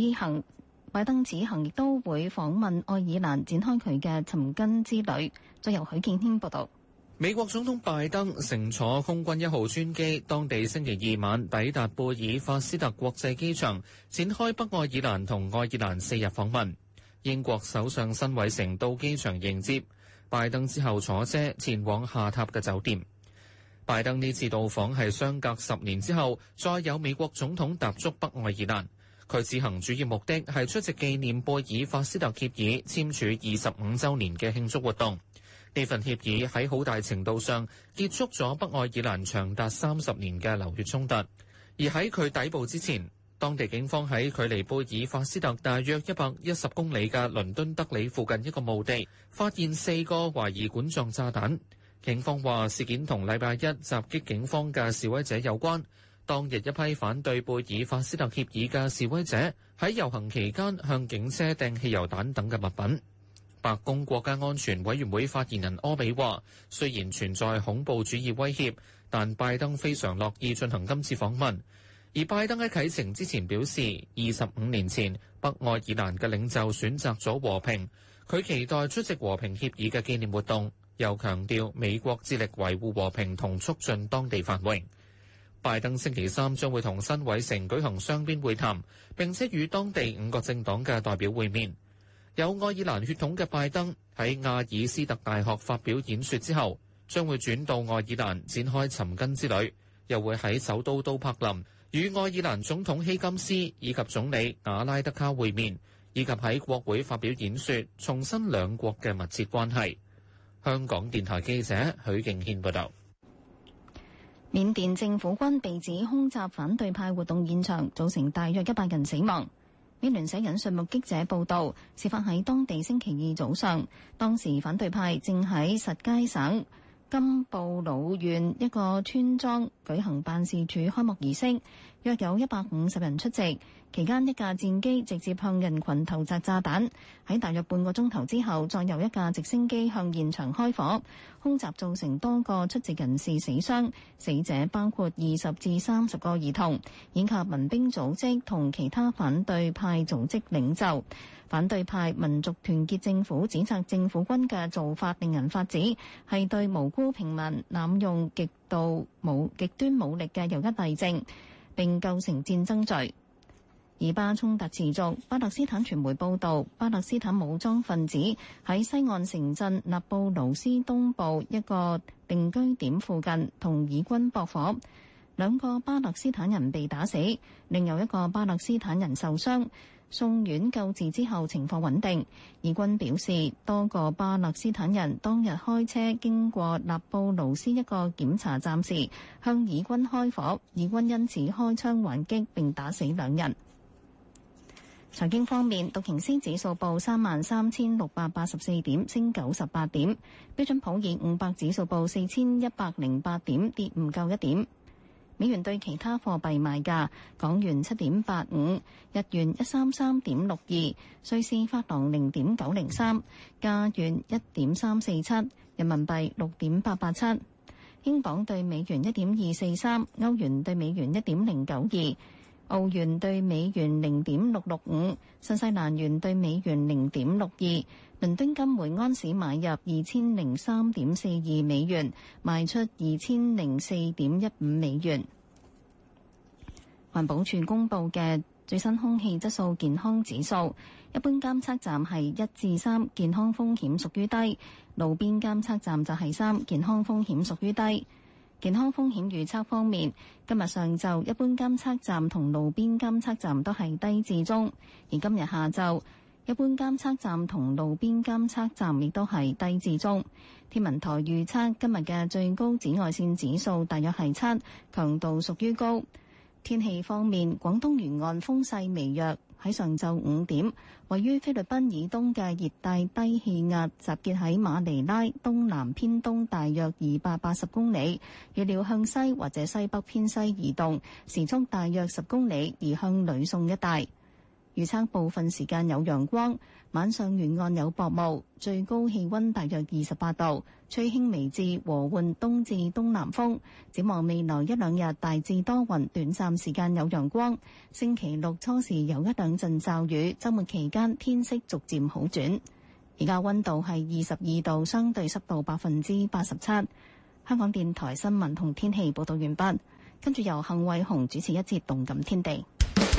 S15: 亦都會訪問愛爾蘭，展開佢嘅尋根之旅。再由許敬軒報道。
S2: 美國總統拜登乘坐空軍1號專機，當地星期二晚抵達貝爾法斯特國際機場，展開北愛爾蘭同愛爾蘭4日訪問。英國首相辛偉誠到機場迎接拜登之後，坐車前往下榻嘅酒店。拜登呢次到訪係相隔10年之後，再有美國總統踏足北愛爾蘭。佢此行主要目的係出席紀念貝爾法斯特協議簽署25週年嘅慶祝活動。呢份協議喺好大程度上結束咗北愛爾蘭長達30年嘅流血衝突。而喺佢抵埗之前，當地警方喺距離貝爾法斯特大約110公里嘅倫敦德里附近一個墓地，發現4個懷疑管狀炸彈。警方話事件同禮拜一襲擊警方嘅示威者有關。當日一批反對貝爾法斯特協議嘅示威者喺遊行期間向警車掟汽油彈等嘅物品。白宮國家安全委員會發言人柯比話，雖然存在恐怖主義威脅，但拜登非常樂意進行今次訪問。而拜登喺啟程之前表示，25年前北愛爾蘭嘅領袖選擇咗和平，佢期待出席和平協議嘅紀念活動，又強調美國致力維護和平同促進當地繁榮。拜登星期三將會同辛偉誠舉行雙邊會談，並且與當地5個政黨嘅代表會面。有愛爾蘭血統嘅拜登喺亞爾斯特大學發表演說之後，將會轉到愛爾蘭展開尋根之旅，又會喺首都都柏林與愛爾蘭總統希金斯以及總理瓦拉德卡會面，以及喺國會發表演說，重申兩國嘅密切關係。香港電台記者許敬軒報道。
S15: 緬甸政府軍被指空襲反對派活動現場，造成大約100人死亡。美聯社引述目擊者報道，事發喺當地星期二早上，當時反對派正喺實皆省金布魯縣一個村莊舉行辦事處開幕儀式，約有150人出席。期間一架戰機直接向人群投擲炸彈，喺大約半個鐘頭之後，再有一架直升機向現場開火，空襲造成多個出席人士死傷，死者包括20至30個兒童，以及民兵組織同其他反對派組織領袖。反對派民族團結政府指責政府軍嘅做法令人髮指，係對無辜平民濫用極端武力嘅又一例證，並構成戰爭罪。以巴衝突持續，巴勒斯坦傳媒報道，巴勒斯坦武裝分子喺西岸城鎮納布魯斯東部一個定居點附近同以軍駁火，2個巴勒斯坦人被打死，另有1個巴勒斯坦人受傷，送院救治之後情況穩定。以軍表示，多個巴勒斯坦人當日開車經過納布魯斯一個檢查站時向以軍開火，以軍因此開槍還擊並打死2人。財經方面，道瓊斯指數報33,684點，升98點；標準普爾500指數報4,108點，跌唔夠1點。美元對其他貨幣賣價：港元7.85，日元133.62，瑞士法郎0.903，加元1.347， 人民幣6.887，英鎊對美元1.243，歐元對美元1.092，澳元對美元0.665，新西蘭元對美元0.62。倫敦金每安士買入2003.42美元，賣出2004.15美元。環保署公布嘅最新空氣質素健康指數，一般監測站係1至3，健康風險屬於低；路邊監測站就係3，健康風險屬於低。健康風險預測方面，今日上晝一般監測站同路邊監測站都係低至中，而今日下晝一般監測站同路邊監測站亦都係低至中。天文台預測今日嘅最高紫外線指數大約係7，強度屬於高。天氣方面，廣東沿岸風勢微弱。喺上晝5點，位於菲律賓以東嘅熱帶低氣壓集結喺馬尼拉東南偏東大約280公里，預料向西或者西北偏西移動，時速大約10公里，移向呂宋一帶。預測部分時間有陽光，晚上沿岸有薄霧，最高氣溫大約28度，吹輕微至和緩東至東南風。展望未來一兩日大致多雲，短暫時間有陽光。星期六初時有一兩陣驟雨，週末期間天色逐漸好轉。而家溫度係22度，相對濕度87%。香港電台新聞同天氣報道完畢，跟住由幸偉雄主持一節動感天地。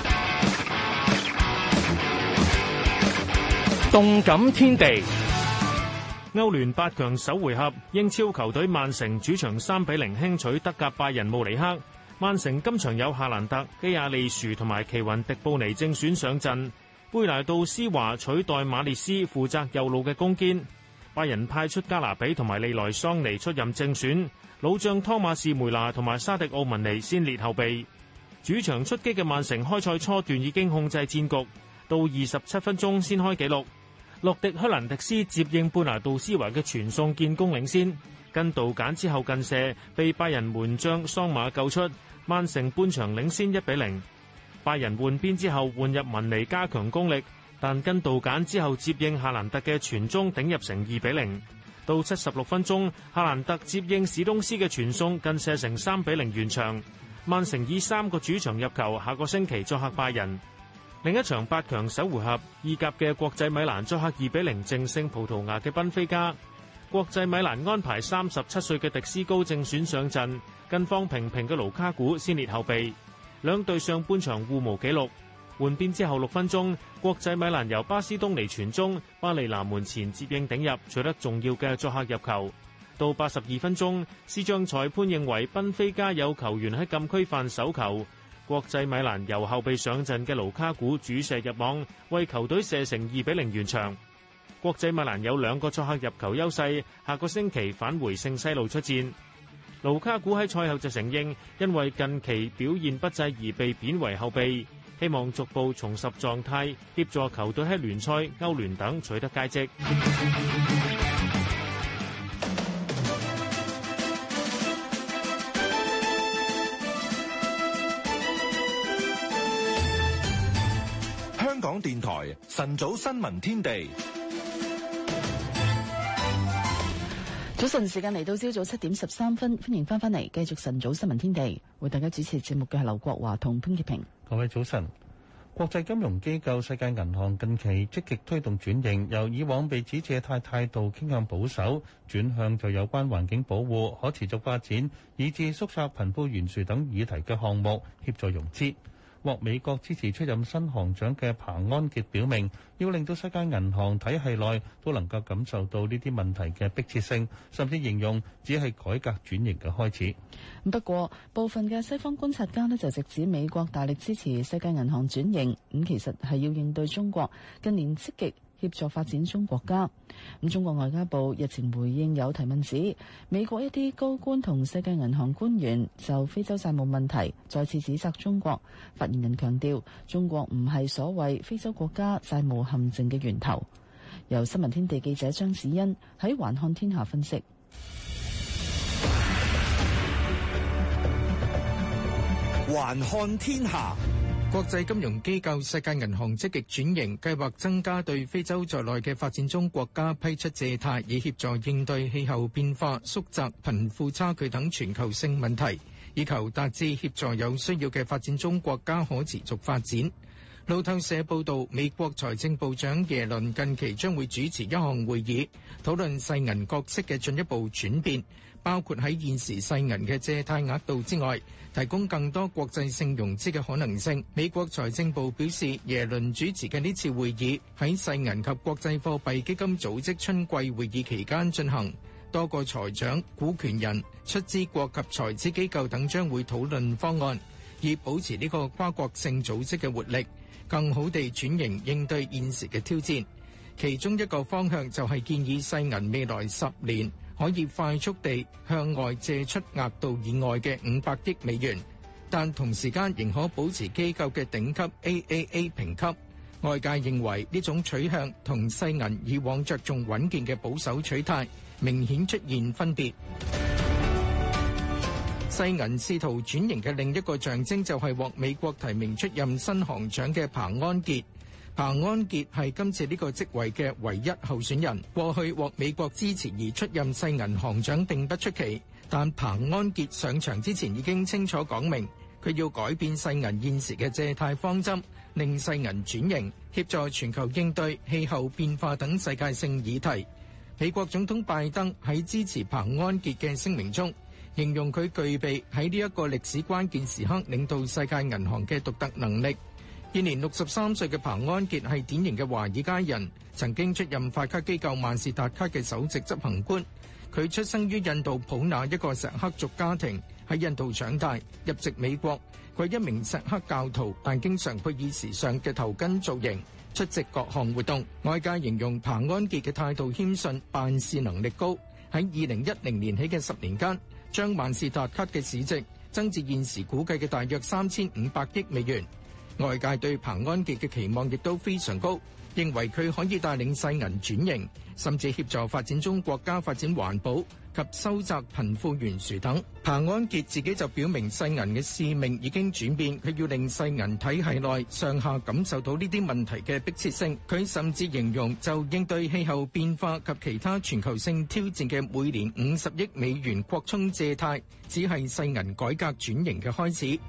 S5: 動感天地，歐聯8強首回合，英超球隊曼城主場3-0輕取德甲拜仁慕尼黑。曼城今場有夏蘭特、基亞利殊同埋奇雲迪布尼正選上陣，貝拿杜斯華取代馬列斯負責右路嘅攻堅。拜仁派出加拿比同埋利萊桑尼出任正選，老將湯馬士梅拿同埋沙迪奧文尼先列後備。主場出擊嘅曼城開賽初段已經控制戰局，到27分鐘先開紀錄。洛迪克蘭迪斯接應貝拿杜斯華嘅傳送建功領先，跟杜簡之後近射被拜仁門將桑馬救出，曼城半場領先1-0。拜仁換邊之後換入文尼加強攻力，但跟杜簡之後接應夏蘭特嘅傳中頂入成2-0。到76分鐘，夏蘭特接應史東斯嘅傳送近射成3-0完場。曼城以3個主場入球，下個星期作客拜仁。另一場8強首回合，意甲嘅國際米蘭作客2-0淨勝葡萄牙嘅賓菲加。國際米蘭安排37歲嘅迪斯高正選上陣，近況平平嘅盧卡古先列後備。兩隊上半場互無紀錄，換邊之後6分鐘，國際米蘭由巴斯東尼傳中，巴利拿門前接應頂入，取得重要嘅作客入球。到82分鐘，視像裁判認為賓菲加有球員喺禁區犯手球。國際米蘭由後備上陣嘅盧卡古主射入網，為球隊射成2-0完場。國際米蘭有2個作客入球優勢，下個星期返回聖西路出戰。盧卡古喺賽後就承認，因為近期表現不濟而被貶為後備，希望逐步重拾狀態，協助球隊喺聯賽、歐聯等取得佳績。
S1: 香港電台晨早新聞天地，
S3: 早晨時間嚟到朝早7點13分，歡迎翻嚟繼續晨早新聞天地，為大家主持節目嘅係劉國華同潘潔平。
S4: 各位早晨。國際金融機構世界銀行近期積極推動轉型，由以往被指借貸態度傾向保守，轉向就有關環境保護、可持續發展以至縮窄貧富懸殊等議題嘅項目協助融資。獲美國支持出任新行長嘅彭安傑表明，要令到世界銀行體系內都能夠感受到呢啲問題嘅迫切性，甚至形容只係改革轉型嘅開始。
S3: 不過，部分嘅西方觀察家就直指美國大力支持世界銀行轉型，其實係要應對中國近年積極協助發展中國家。中國外交部日前回應有提問指，美國一啲高官同世界銀行官員就非洲債務問題再次指責中國。發言人強調，中國唔係所謂非洲國家債務陷阱嘅源頭。由新聞天地記者張子欣喺環看天下分析。
S19: 環看天下。 國際金融機構世界銀行積極轉型，計劃增加對非洲在內嘅發展中國家批出借貸，以協助應對氣候變化、縮窄貧富差距等全球性問題，以求達至協助有需要嘅發展中國家可持續發展。路透社報道，美國財政部長耶倫近期將會主持一項會議，討論世銀角色嘅進一步轉變，包括喺現時世銀嘅借貸額度之外，提供更多國際性融資嘅可能性。美國財政部表示，耶倫主持嘅呢次會議喺世銀及國際貨幣基金組織春季會議期間進行，多個財長、股權人、出資國及財資機構等將會討論方案，以保持呢個跨國性組織嘅活力，更好地轉型應對現時嘅挑戰。其中一個方向就係建議世銀未來10年可以快速地向外借出額度以外嘅500億美元，但同時間仍可保持機構嘅頂級 AAA 評級。外界認為呢種取向同世銀以往着重穩健嘅保守取態明顯出現分別。世銀試圖轉型嘅另一個象徵就係獲美國提名出任新行長嘅彭安傑。彭安傑係今次呢個職位嘅唯一候選人。過去獲美國支持而出任世銀行長並不出奇，但彭安傑上場之前已經清楚講明，佢要改變世銀現時嘅借貸方針，令世銀轉型，協助全球應對氣候變化等世界性議題。美國總統拜登喺支持彭安傑嘅聲明中，形容佢具備喺呢一個歷史關鍵時刻領導世界銀行嘅獨特能力。現年63歲嘅彭安傑係典型嘅華爾街人，曾經出任發卡機構萬事達卡嘅首席執行官。佢出生於印度普那一個錫克族家庭，喺印度長大，入籍美國。佢係一名錫克教徒，但經常配以時尚嘅頭巾造型，出席各項活動。外界形容彭安傑嘅態度謙遜，辦事能力高。喺2010年起嘅10年間，將萬事達卡嘅市值增至現時估計嘅大約3500億美元。外界對彭安傑嘅期望亦都非常高，認為佢可以帶領世銀轉型，甚至協助發展中國家發展環保及收窄貧富懸殊等。彭安傑自己就表明世銀嘅使命已經轉變，佢要令世銀體系內上下感受到呢啲問題嘅迫切性。佢甚至形容就應對氣候變化及其他全球性挑戰嘅每年50億美元擴充借貸，只係世銀改革轉型嘅開始。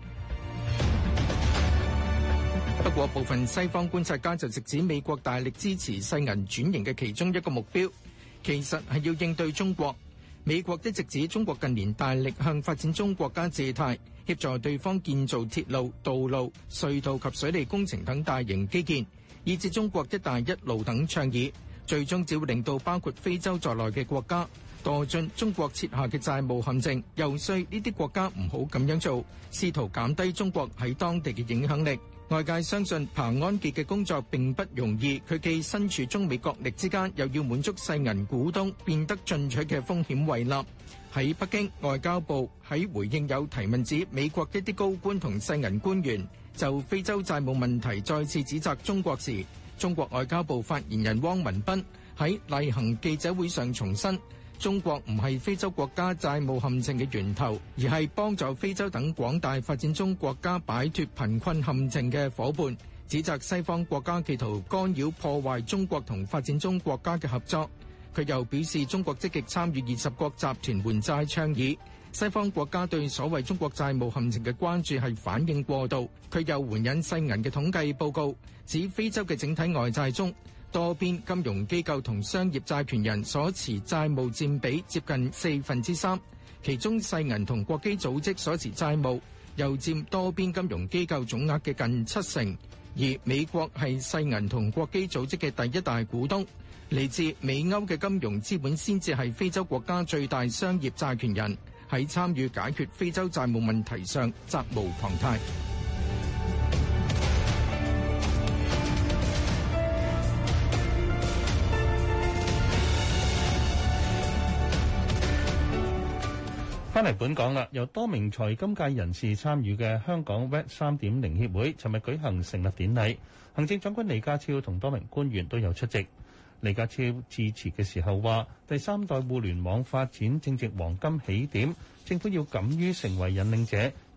S19: 不過，部分西方觀察家就直指美國大力支持世銀轉型嘅其中一個目標，其實係要應對中國。美國一直指中國近年大力向發展中國家借貸，協助對方建造鐵路、道路、隧道及水利工程等大型基建，以至中國一帶一路等倡議，最終只會令到包括非洲在內嘅國家墮進中國設下嘅債務陷阱，遊說呢啲國家唔好咁樣做，試圖減低中國喺當地嘅影響力。外界相信彭安傑嘅工作並不容易，佢既身處中美角力之間，又要滿足世銀股東變得進取嘅風險胃納。喺北京，外交部喺回應有提問指美國一啲高官同世銀官員就非洲債務問題再次指責中國時，中國外交部發言人汪文斌喺例行記者會上重申，中國唔係非洲國家債務陷阱嘅源頭，而係幫助非洲等廣大發展中國家擺脫貧困陷阱嘅夥伴，指責西方國家企圖干擾破壞中國同發展中國家嘅合作。佢又表示，中國積極參與20國集團援債倡議，西方國家對所謂中國債務陷阱嘅關注係反應過度。佢又援引世銀嘅統計報告，指非洲嘅整體外債中，多邊金融機構同商業債權人所持債務佔比接近3/4，其中世銀同國基組織所持債務又佔多邊金融機構總額嘅近70%，而美國係世銀同國基組織嘅第一大股東，嚟自美歐嘅金融資本先至係非洲國家最大商業債權人，喺參與解決非洲債務問題上責無旁貸。
S4: 翻嚟本港啦，由多名財金界人士參與嘅香港 Web 3.0協會尋日舉行成立典禮，行政長官李家超同多名官員都有出席。李家超致辭嘅時候話：第三代互聯網發展正值黃金起點，政府要敢於成為引領者，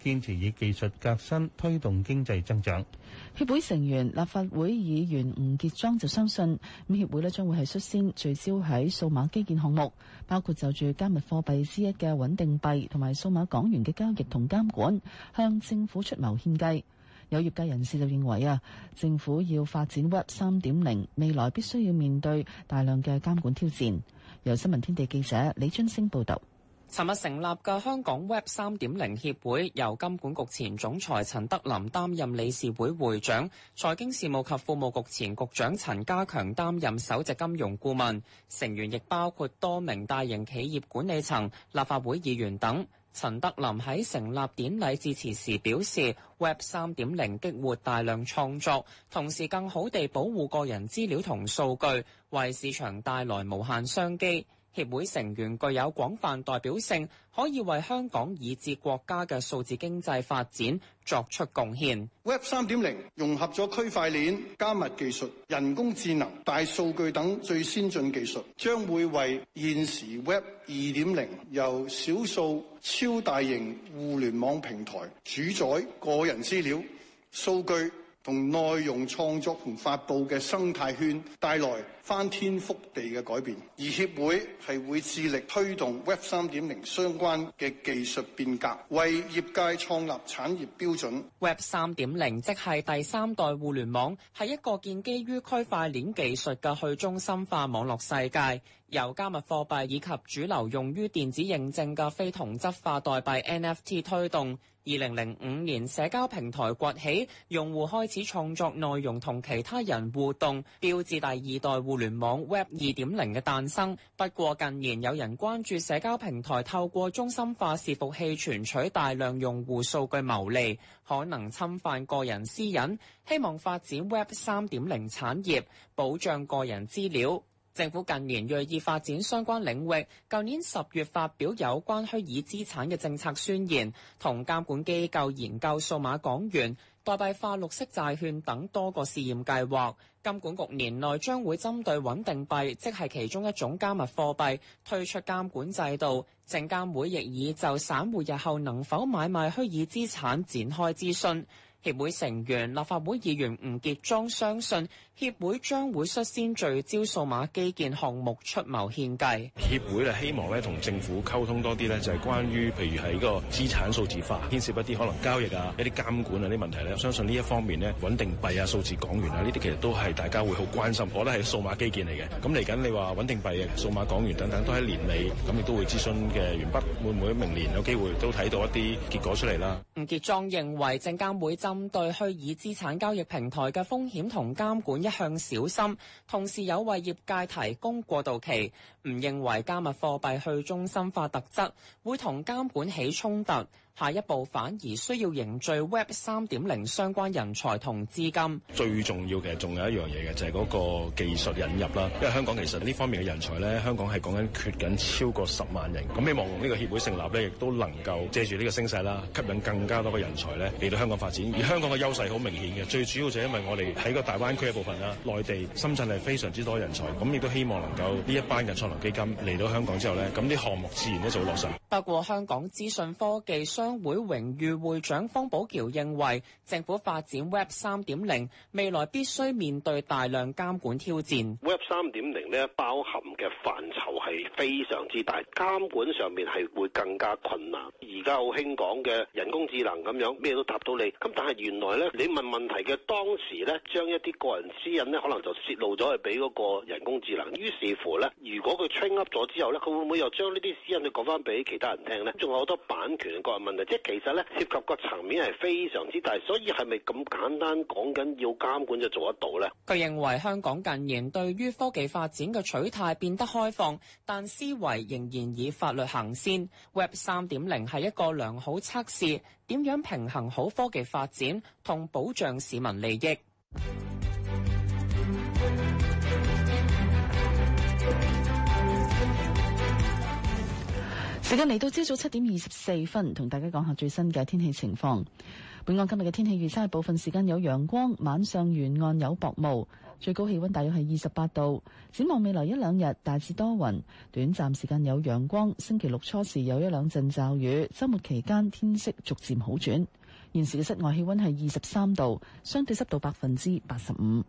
S4: 堅持以技術革新推動經濟增長。
S3: 協會成員立法會議員吳傑莊就相信，協會將會係率先聚焦喺數碼基建項目，包括就住加密貨幣之一嘅穩定幣同埋數碼港元嘅交易同監管，向政府出謀獻計。有業界人士就認為政府要發展 Web 3.0，未來必須要面對大量嘅監管挑戰。由新聞天地記者李津星報導。
S20: 尋日成立嘅香港 Web 3.0協會，由金管局前總裁陳德霖擔任理事會會長，財經事務及庫務局前局長陳家強擔任首席金融顧問，成員亦包括多名大型企業管理層、立法會議員等。陳德霖喺成立典禮致辭時表示 ，Web 3.0激活大量創作，同時更好地保護個人資料同數據，為市場帶來無限商機。協會成員具有廣泛代表性，可以為香港以至國家嘅數字經濟發展作出貢獻。
S21: Web 3.0融合咗區塊鏈、加密技術、人工智能、大數據等最先進技術，將會為現時 Web 2.0由少數超大型互聯網平台主宰個人資料、數據同內容創作同發佈嘅生態圈帶來翻天覆地嘅改變，而協會係會致力推動 Web 3.0相關嘅技術變革，為業界創立產業標準。
S20: Web 3.0即係第三代互聯網，係一個建基於區塊鏈技術嘅去中心化網絡世界，由加密貨幣以及主流用於電子認證嘅非同質化代幣 NFT 推動。2005年社交平台崛起，用戶開始創作內容同其他人互動，標誌第二代互聯網 Web 2.0嘅誕生。不過近年有人關注社交平台透過中心化伺服器存取大量用戶數據牟利，可能侵犯個人私隱，希望發展 Web 3.0產業，保障個人資料。政府近年銳意發展相關領域，舊年10月發表有關虛擬資產嘅政策宣言，同監管機構研究數碼港元、代幣化綠色債券等多個試驗計劃。金管局年內將會針對穩定幣，即係其中一種加密貨幣，推出監管制度。證監會亦已就散戶日後能否買賣虛擬資產展開諮詢。協會成員立法會議員吳傑莊相信，協會將會率先聚焦數碼基建項目出謀獻計。
S22: 協會咧希望咧同政府溝通多啲咧，就係關於譬如喺個資產數字化，牽涉一啲可能交易啊、一啲監管啊啲問題咧。相信呢一方面咧，穩定幣啊、數字港元啊呢啲其實都係大家會好關心。我覺得係數碼基建嚟嘅。咁嚟緊你話穩定幣嘅數碼港元等等都喺年尾，咁亦都會諮詢嘅完畢，會唔會明年有機會都睇到一啲結果出嚟啦？
S20: 吳傑莊認為證監會針對虛擬資產交易平台嘅風險同監管一向小心，同時有為業界提供過渡期，唔認為加密貨幣去中心化特質會同監管起衝突。下一步反而需要凝聚 Web 3.0相關人才同資金。
S22: 最重要嘅仲有一樣嘢嘅，就係嗰個技術引入啦。因為香港其實呢方面嘅人才咧，香港係講緊缺緊超過10萬人。咁希望呢個協會成立咧，亦都能夠借住呢個聲勢啦，吸引更加多嘅人才咧嚟到香港發展。而香港嘅優勢好明顯嘅，最主要就係因為我哋喺個大灣區嘅部分啦，內地、深圳係非常之多人才。咁亦都希望能夠呢一班嘅創投基金嚟到香港之後咧，咁啲項目自然咧就會落實。
S20: 不過香港資訊科技商會榮譽會長方保僑認為，政府發展 Web 3.0未來必須面對大量監管挑戰。
S23: Web 3.0咧包含嘅範疇係非常之大，監管上面係會更加困難。而家好興講嘅人工智能咁樣，咩都答到你。咁但係原來咧，你問問題嘅當時咧，將一啲個人私隱咧，可能就泄露咗去俾嗰個人工智能。於是乎咧，如果佢 train up 咗之後咧，佢會唔會又將呢啲私隱去講翻俾其他人聽咧？仲有好多版權嘅個人問題，即係其實咧涉及個層面係非常之大，所以係咪咁簡單講緊要監管就做得到咧？
S20: 佢認為香港近年對於科技發展嘅取態變得開放，但思維仍然以法律行先。Web 3.0係一個良好測試，點樣平衡好科技發展同保障市民利益。
S3: 時間嚟到朝早7點24分，同大家講下最新嘅天氣情況。本港今日嘅天氣預測係部分時間有陽光，晚上沿岸有薄霧。 最高氣溫大約係28度。展望未來一兩日大致多雲，短暫時間有陽光。星期六初時有一兩陣驟雨，週末期間天色逐漸好轉。現時嘅室外氣溫係23度，相對濕度85%。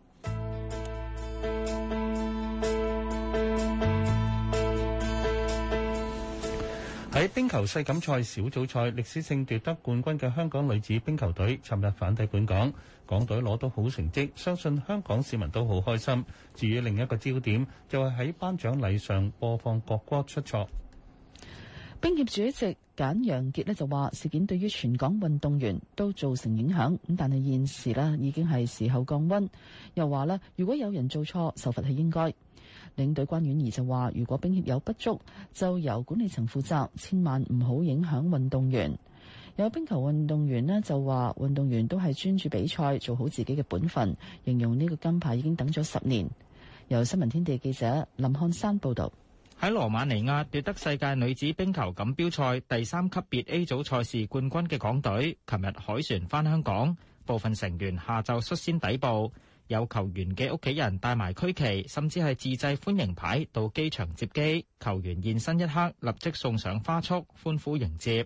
S4: 喺冰球世錦賽小組賽歷史性奪得冠軍嘅香港女子冰球隊，尋日返抵本港，港隊攞到好成績，相信香港市民都好開心。至於另一個焦點，就係喺頒獎禮上播放國歌出錯。
S3: 冰協主席簡陽傑呢就話，事件對於全港運動員都造成影響，咁但係現時呢已經係時候降溫。又話呢，如果有人做錯，受罰係應該。領隊關婉儀就話，如果冰協有不足，就由管理層負責，千萬唔好影響運動員。有冰球運動員呢就話，運動員都係專注比賽，做好自己嘅本分，形容呢個金牌已經等咗10年。由新聞天地記者林漢山報導。
S7: 喺羅馬尼亞奪得世界女子冰球錦標賽第3級別 A 組賽事冠軍嘅港隊，琴日凱旋返香港，部分成員下晝率先抵埗。有球員嘅屋企人帶埋區旗，甚至係自製歡迎牌到機場接機。球員現身一刻，立即送上花束，歡呼迎接。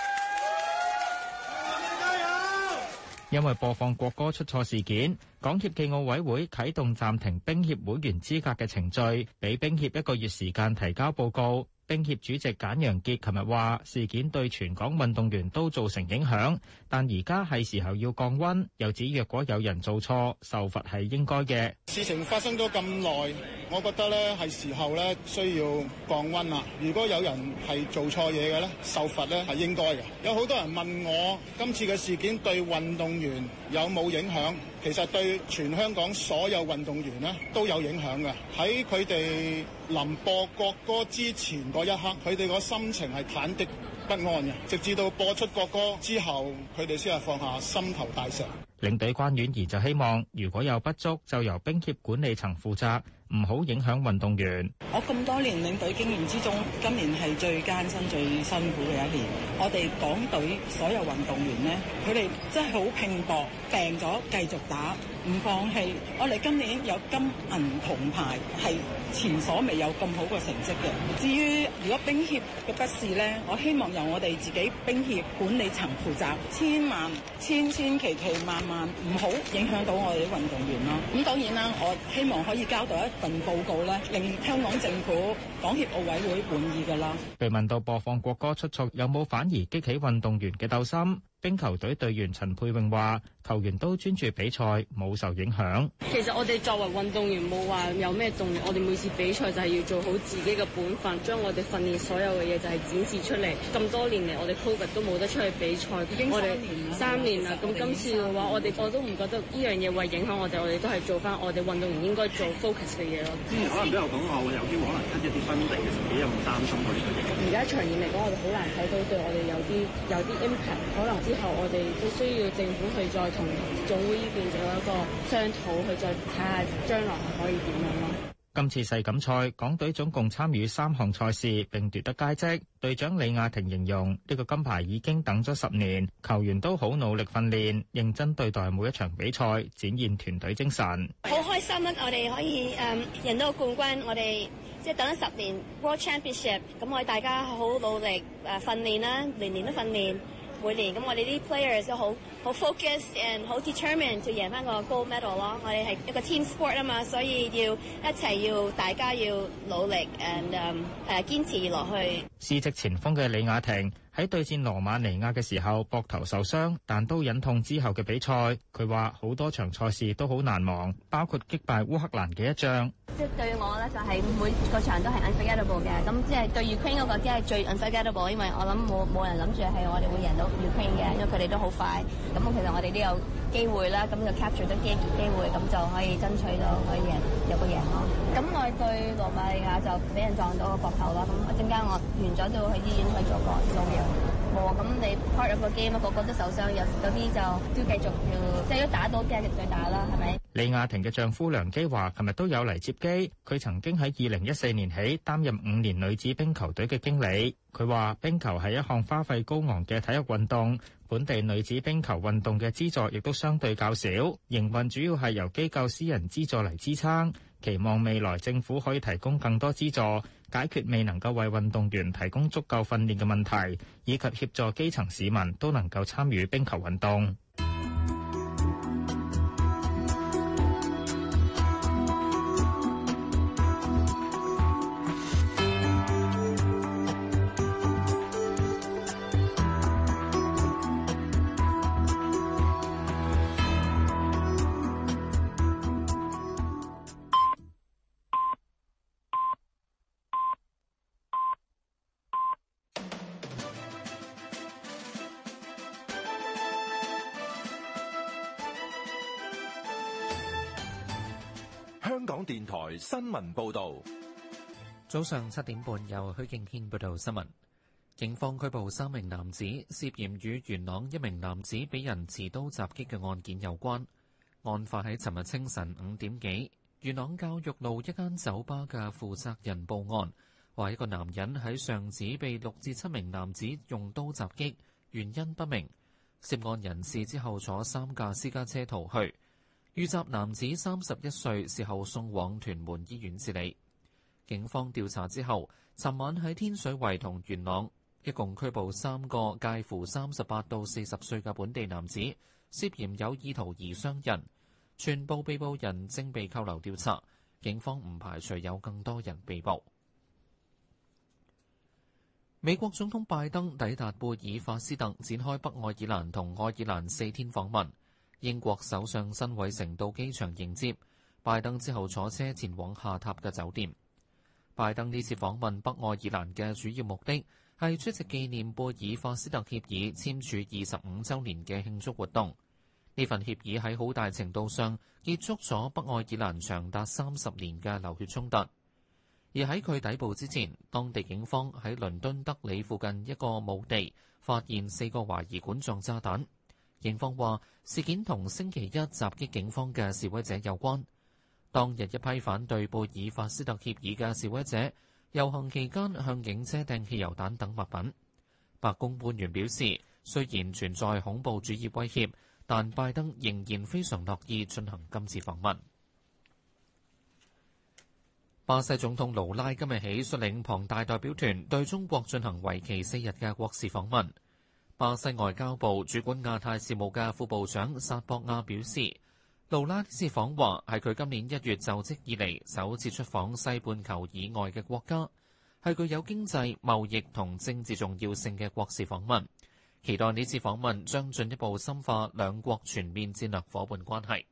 S7: 因為播放國歌出錯事件，港協暨奧委會啟動暫停冰協會員資格嘅程序，俾冰協1個月時間提交報告。冰協主席簡陽傑琴日話，事件對全港運動員都造成影響，但而家係時候要降溫，又指若果有人做錯，受罰係應該嘅。
S8: 事情發生咗咁耐，我覺得咧係時候咧需要降溫啦。如果有人係做錯嘢嘅咧，受罰咧係應該嘅。有好多人問我今次嘅事件對運動員有冇影響？其實對全香港所有運動員呢都有影響嘅。喺佢哋臨播國歌之前嗰一刻，佢哋個心情係忐忑不安嘅，直至到播出國歌之後，佢哋先係放下心頭大石。
S7: 領隊關婉儀就希望，如果有不足，就由冰協管理層負責，唔好影響運動員。
S9: 我咁多年領隊經驗之中，今年係最艱辛、最辛苦嘅一年。我哋港隊所有運動員呢，佢哋真係好拼搏，病咗繼續打，唔放棄。我哋今年有金銀銅牌，係前所未有咁好嘅成績嘅。至於如果冰協嘅不是呢，我希望由我哋自己冰協管理層負責，千祈萬唔好影響到我哋啲運動員咯。咁當然啦，我希望可以交到一份報告咧，令香港政府、港協奧委會滿意㗎啦。
S7: 被問到播放國歌出錯有冇反而激起運動員嘅鬥心？冰球隊隊員陳佩穎話：球員都專注比賽，冇受影響。
S24: 其實我哋作為運動員冇話有咩動力，我哋每次比賽就係要做好自己嘅本分，將我哋訓練所有嘅嘢就係展示出嚟。咁多年嚟，我哋 COVID 都冇得出去比賽，我哋3年啦。咁今次嘅話，我都唔覺得呢樣嘢會影響我哋都係做翻我哋運動員應該做 focus 嘅嘢咯。
S25: 之前可能都有講話會有機會可能跟一啲分地嘅時候，你有冇擔心過呢個嘢？
S24: 而家長遠嚟講，我哋好難睇到對我哋有啲 impact， 可能之後我哋都需要政府去再同總會呢邊做一個商討，去再睇下將來可以點樣咯。
S7: 今次世錦賽，港隊總共參與3項賽事並奪得佳績。隊長李亞婷形容呢個金牌已經等咗10年，球員都好努力訓練，認真對待每一場比賽，展現團隊精神。
S26: 好開心啊！我哋可以贏到冠軍，我哋即係等咗10年 World Championship， 咁我哋大家好努力訓練啦，年年都訓練。每年咁我哋啲 players 都好 focus and 好 determined 就贏翻個 gold medal 咯。我哋係一個 team sport 啊嘛，所以大家要努力 and 堅持落去。
S7: 司職前鋒嘅李雅婷喺對戰羅馬尼亞嘅時候膊頭受傷，但都忍痛之後嘅比賽。佢話好多場賽事都好難忘，包括擊敗烏克蘭嘅一仗。
S26: 即係對我咧就係每個場都係 unforgettable 嘅，咁即係對 Ukraine 嗰個即係最 unforgettable， 因為我諗冇人諗住係我哋會贏到 Ukraine 嘅，因為佢哋都好快。咁其實我哋都有機會啦，咁就 capture 到機會，咁就可以爭取到可以有個贏咯。咁我對羅馬尼亞就俾人撞到個膊頭啦，咁陣間我完咗都去醫院去做個掃描。冇啊，咁你 part of 個 game 個個都受傷，有啲就都繼續要即係都打到繼續再打啦，係咪？
S7: 李亞婷嘅丈夫梁基華琴日都有嚟接機，佢曾經喺2014年起擔任5年女子冰球隊嘅經理。佢話冰球係一項花費高昂嘅體育運動， 本地女子冰球運動嘅資助亦都相對較少，營運主要係由機構私人資助嚟支撐。期望未來政府可以提供更多資助，解決未能夠為運動員提供足夠訓練嘅問題，以及協助基層市民都能夠參與冰球運動。
S1: 香港電台新聞報導，
S2: 早上7點半由許敬軒報道新聞。警方拘捕3名男子，涉嫌與元朗一名男子俾人持刀襲擊嘅案件有關。案發喺尋日清晨5點幾，元朗教育路一間酒吧嘅負責人報案，話一個男人喺上址被6至7名男子用刀襲擊，原因不明。涉案人士之後坐3架私家車逃去。遇襲男子31歲，事後送往屯門醫院治理。警方調查之後，尋晚喺天水圍同元朗一共拘捕3個介乎38到40歲嘅本地男子，涉嫌有意圖而傷人。全部被捕人正被扣留調查，警方唔排除有更多人被捕。美國總統拜登抵達貝爾法斯特，展開北愛爾蘭同愛爾蘭4天訪問。英國首相辛偉誠到機場迎接拜登，之後坐車前往下榻嘅酒店。拜登呢次訪問北愛爾蘭嘅主要目的係出席紀念貝爾法斯特協議簽署25週年嘅慶祝活動。呢份協議喺好大程度上結束咗北愛爾蘭長達30年嘅流血衝突。而喺佢抵埗之前，當地警方喺倫敦德里附近一個墓地發現4個懷疑管狀炸彈。警方話事件同星期一襲擊警方嘅示威者有關。當日一批反對貝爾法斯特協議嘅示威者遊行期間向警車掟汽油彈等物品。白宮官員表示，雖然存在恐怖主義威脅，但拜登仍然非常樂意進行今次訪問。巴西總統盧拉今日起率領龐大代表團對中國進行為期4日嘅國事訪問。巴西外交部主管亞太事務嘅副部長薩博亞表示，盧拉呢次訪華係佢今年1月就職以嚟首次出訪西半球以外嘅國家，係具有經濟、貿易同政治重要性嘅國事訪問。期待呢次訪問將進一步深化兩國全面戰略夥伴關係。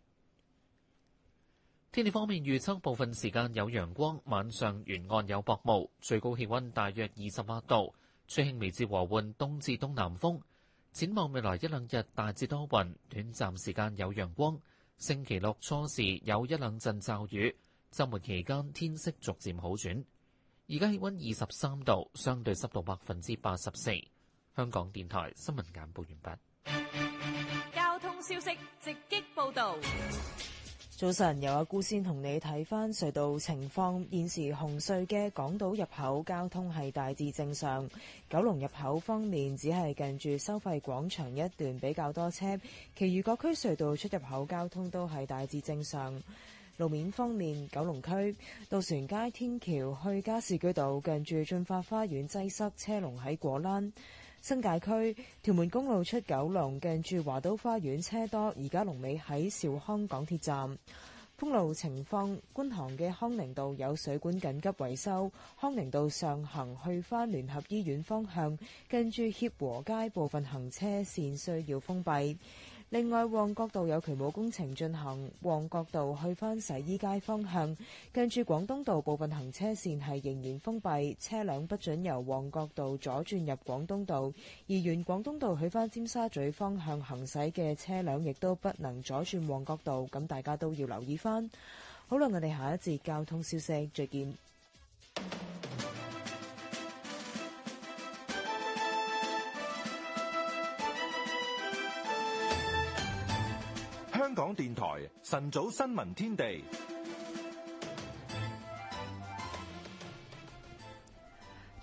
S2: 天氣方面預測，部分時間有陽光，晚上沿岸有薄霧，最高氣溫大約28度。吹輕微至和緩東至東南風。展望未來1、2日大致多雲，短暫時間有陽光。星期六初時有1、2陣驟雨，週末期間天色逐漸好轉。而家氣溫23度，相對濕度84%。香港電台新聞簡報完畢。
S6: 交通消息直擊報導。
S10: 早晨，由阿姑先同你睇返隧道情況。現時紅隧嘅港島入口交通係大致正常，九龍入口方面只係近住收費廣場一段比較多車，其餘各區隧道出入口交通都係大致正常。路面方面，九龍區渡船街天橋去加士居道近住駿發花園擠塞，車龍喺果欄。新界區屯門公路出九龍近住華都花園車多，而家龍尾喺兆康港鐵站。封路情況，觀塘嘅康寧道有水管緊急維修，康寧道上行去返聯合醫院方向，近住協和街部分行車線需要封閉。另外，旺角道有渠務工程進行，旺角道去返洗衣街方向，近住廣東道部分行車線係仍然封閉，車輛不准由旺角道左轉入廣東道，而沿廣東道去返尖沙咀方向行駛嘅車輛亦都不能左轉旺角道，咁大家都要留意返。好啦，我哋下一節交通消息再見。
S1: 香港電台晨早新聞天地，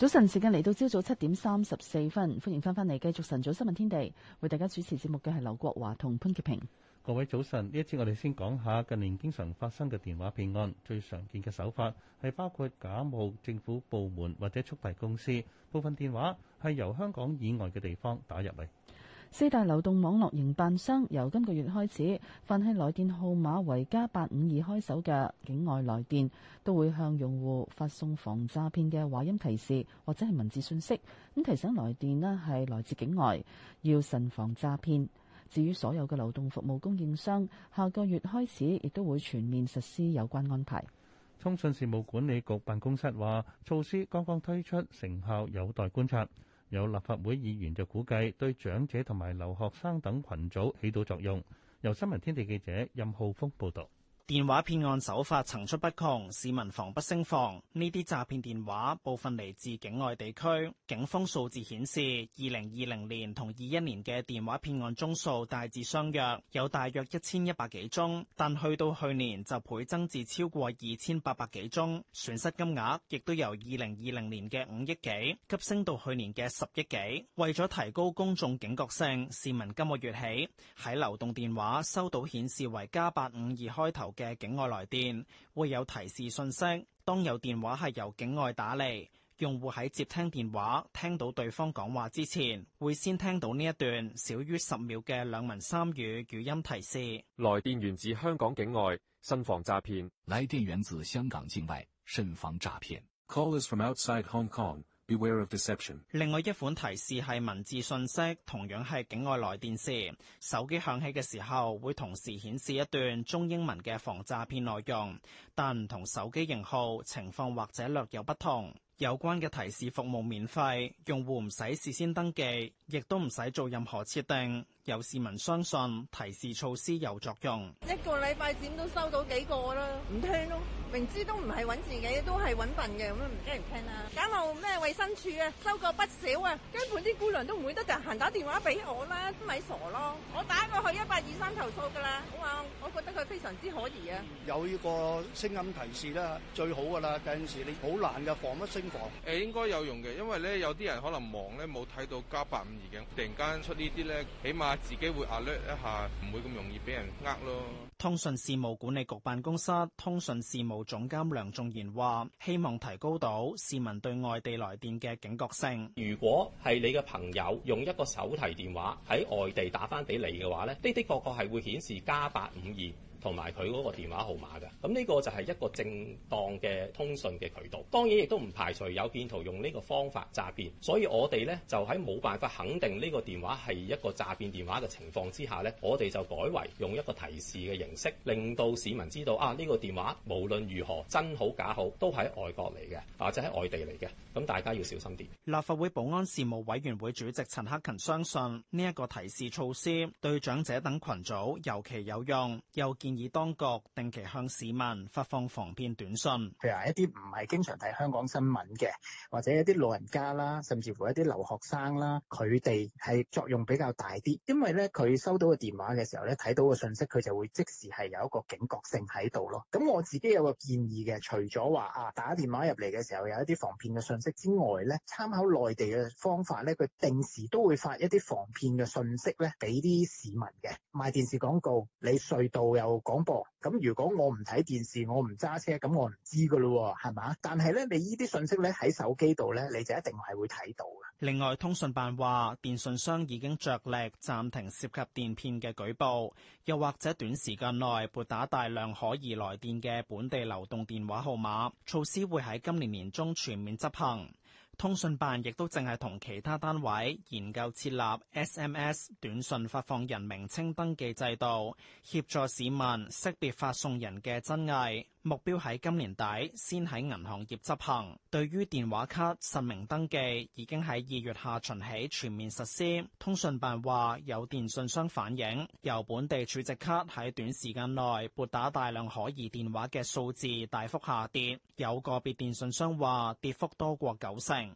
S3: 早晨時間嚟到朝早7:34，歡迎翻嚟繼續晨早新聞天地，為大家主持節目嘅係劉國華同潘潔平。
S4: 各位早晨，呢一次我哋先講下近年經常發生嘅電話騙案。最常見嘅手法係包括假冒政府部門或者速遞公司，部分電話係由香港以外嘅地方打入嚟。
S3: 四大流動網絡營辦商由今個月開始，凡係來電號碼為+852開首嘅境外來電，都會向用戶發送防詐騙嘅話音提示或者係文字訊息，咁提醒來電呢係來自境外，要慎防詐騙。至於所有嘅流動服務供應商，下個月開始亦都會全面實施有關安排。
S4: 通訊事務管理局辦公室話，措施剛剛推出，成效有待觀察。有立法會議員就估計對長者同埋留學生等群組起到作用。由新聞天地記者任浩峰報導。
S11: 電話騙案手法層出不窮，市民防不勝防。呢啲詐騙電話部分嚟自境外地區。警方數字顯示，2020年同21年嘅電話騙案宗數大致相若，有大約1100幾宗，但去到去年就倍增至超過2800幾宗，損失金額亦都由2020年嘅5億幾急升到去年嘅10億幾。為咗提高公眾警覺性，市民今個月起喺流動電話收到顯示為+852開頭嘅境外來電，會有提示信息。當有電話係由境外打嚟，用戶喺接聽電話聽到對方講話之前，會先聽到呢一段少於10秒嘅兩文三語語音提示。
S12: 來電源自香港境外，慎防詐騙。
S13: 來電源自香港境外，慎防詐騙。
S14: Call is from outside Hong Kong.Beware of deception.
S11: 另外一款提示係文字訊息，同樣係境外來電時，手機響起嘅時候會同時顯示一段中英文嘅防詐騙內容，但唔同手機型號情況或者略有不同。有關嘅提示服務免費，用戶唔使事先登記，亦都唔使做任何設定。有市民相信提示措施有作用。
S17: 一個禮拜點都收到幾個啦，唔聽咯，明知都唔係揾自己，都係揾笨嘅，咁樣唔聽唔聽啦。假冒咩衛生署啊，收過不少啊，根本啲姑娘都唔會得閒打電話俾我啦，都咪傻咯。我打過去123投訴㗎啦，我覺得佢非常之可疑啊。
S18: 有呢個聲音提示啦，最好㗎啦。有陣時你好難嘅防不勝防。
S27: 應該有用嘅，因為咧有啲人可能忙咧冇睇到+852嘅，突然間出呢啲咧，起碼自己會 alert 一下，唔會咁容易俾人呃咯。
S11: 通訊事務管理局辦公室通訊事務總監梁仲賢話，希望提高到市民對外地來電嘅警覺性。
S28: 如果係你嘅朋友用一個手提電話喺外地打翻俾你嘅話咧，的確係會顯示+852。同埋佢嗰個電話號碼嘅，咁呢個就係一個正當嘅通訊嘅渠道。當然亦都唔排除有騙徒用呢個方法詐騙，所以我哋呢，就喺冇辦法肯定呢個電話係一個詐騙電話嘅情況之下呢，我哋就改為用一個提示嘅形式，令到市民知道呢個電話無論如何真好假好都喺外國嚟嘅，或者喺外地嚟嘅，咁大家要小心啲。
S11: 立法會保安事務委員會主席陳克勤相信呢一個提示措施對長者等群組尤其有用，又建議當局定期向市民發放防騙短信。
S29: 譬如話一啲唔係經常睇香港新聞嘅，或者一啲老人家啦，甚至乎一啲留學生啦，佢哋係作用比較大啲，因為咧佢收到個電話嘅時候咧，睇到個信息，佢就會即時係有一個警覺性喺度咯。咁我自己有個建議嘅，除咗話打電話入嚟嘅時候有一啲防騙嘅信息之外咧，參考內地嘅方法咧，佢定時都會發一啲防騙嘅信息咧俾啲市民嘅。賣電視廣告，你隧道有廣播。咁如果我唔睇電視，我唔揸車，咁我唔知噶咯，係嘛？但係咧，你呢啲信息咧喺手機度咧，你就一定係會睇到嘅。
S11: 另外，通訊辦話，電信商已經着力暫停涉及電騙嘅舉報，又或者短時間內撥打大量可疑來電嘅本地流動電話號碼。措施會喺今年年中全面執行。通訊辦亦都正係同其他單位研究設立 SMS 短信發放人名稱登記制度，協助市民識別發送人嘅真偽。目標喺今年底先喺銀行業執行。對於電話卡實名登記，已經喺2月下旬起全面實施。通訊辦話有電信商反映，由本地儲值卡喺短時間內撥打大量可疑電話嘅數字大幅下跌，有個別電信商話跌幅多過90%。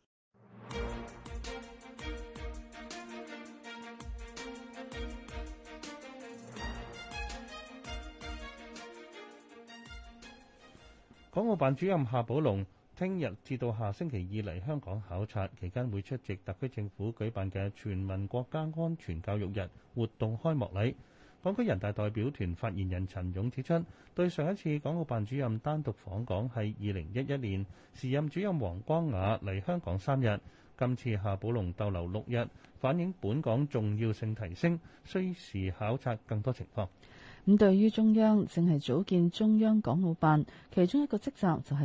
S4: 港澳辦主任夏寶龍聽日至到下星期二嚟香港考察，期間會出席特區政府舉辦嘅全民國家安全教育日活動開幕禮。港區人大代表團發言人陳勇指出，對上一次港澳辦主任單獨訪港係2011年，時任主任黃光亞嚟香港3日。今次夏寶龍逗留6日，反映本港重要性提升，需時考察更多情況。
S3: 咁對於中央正係組建中央港澳辦，其中一個職責就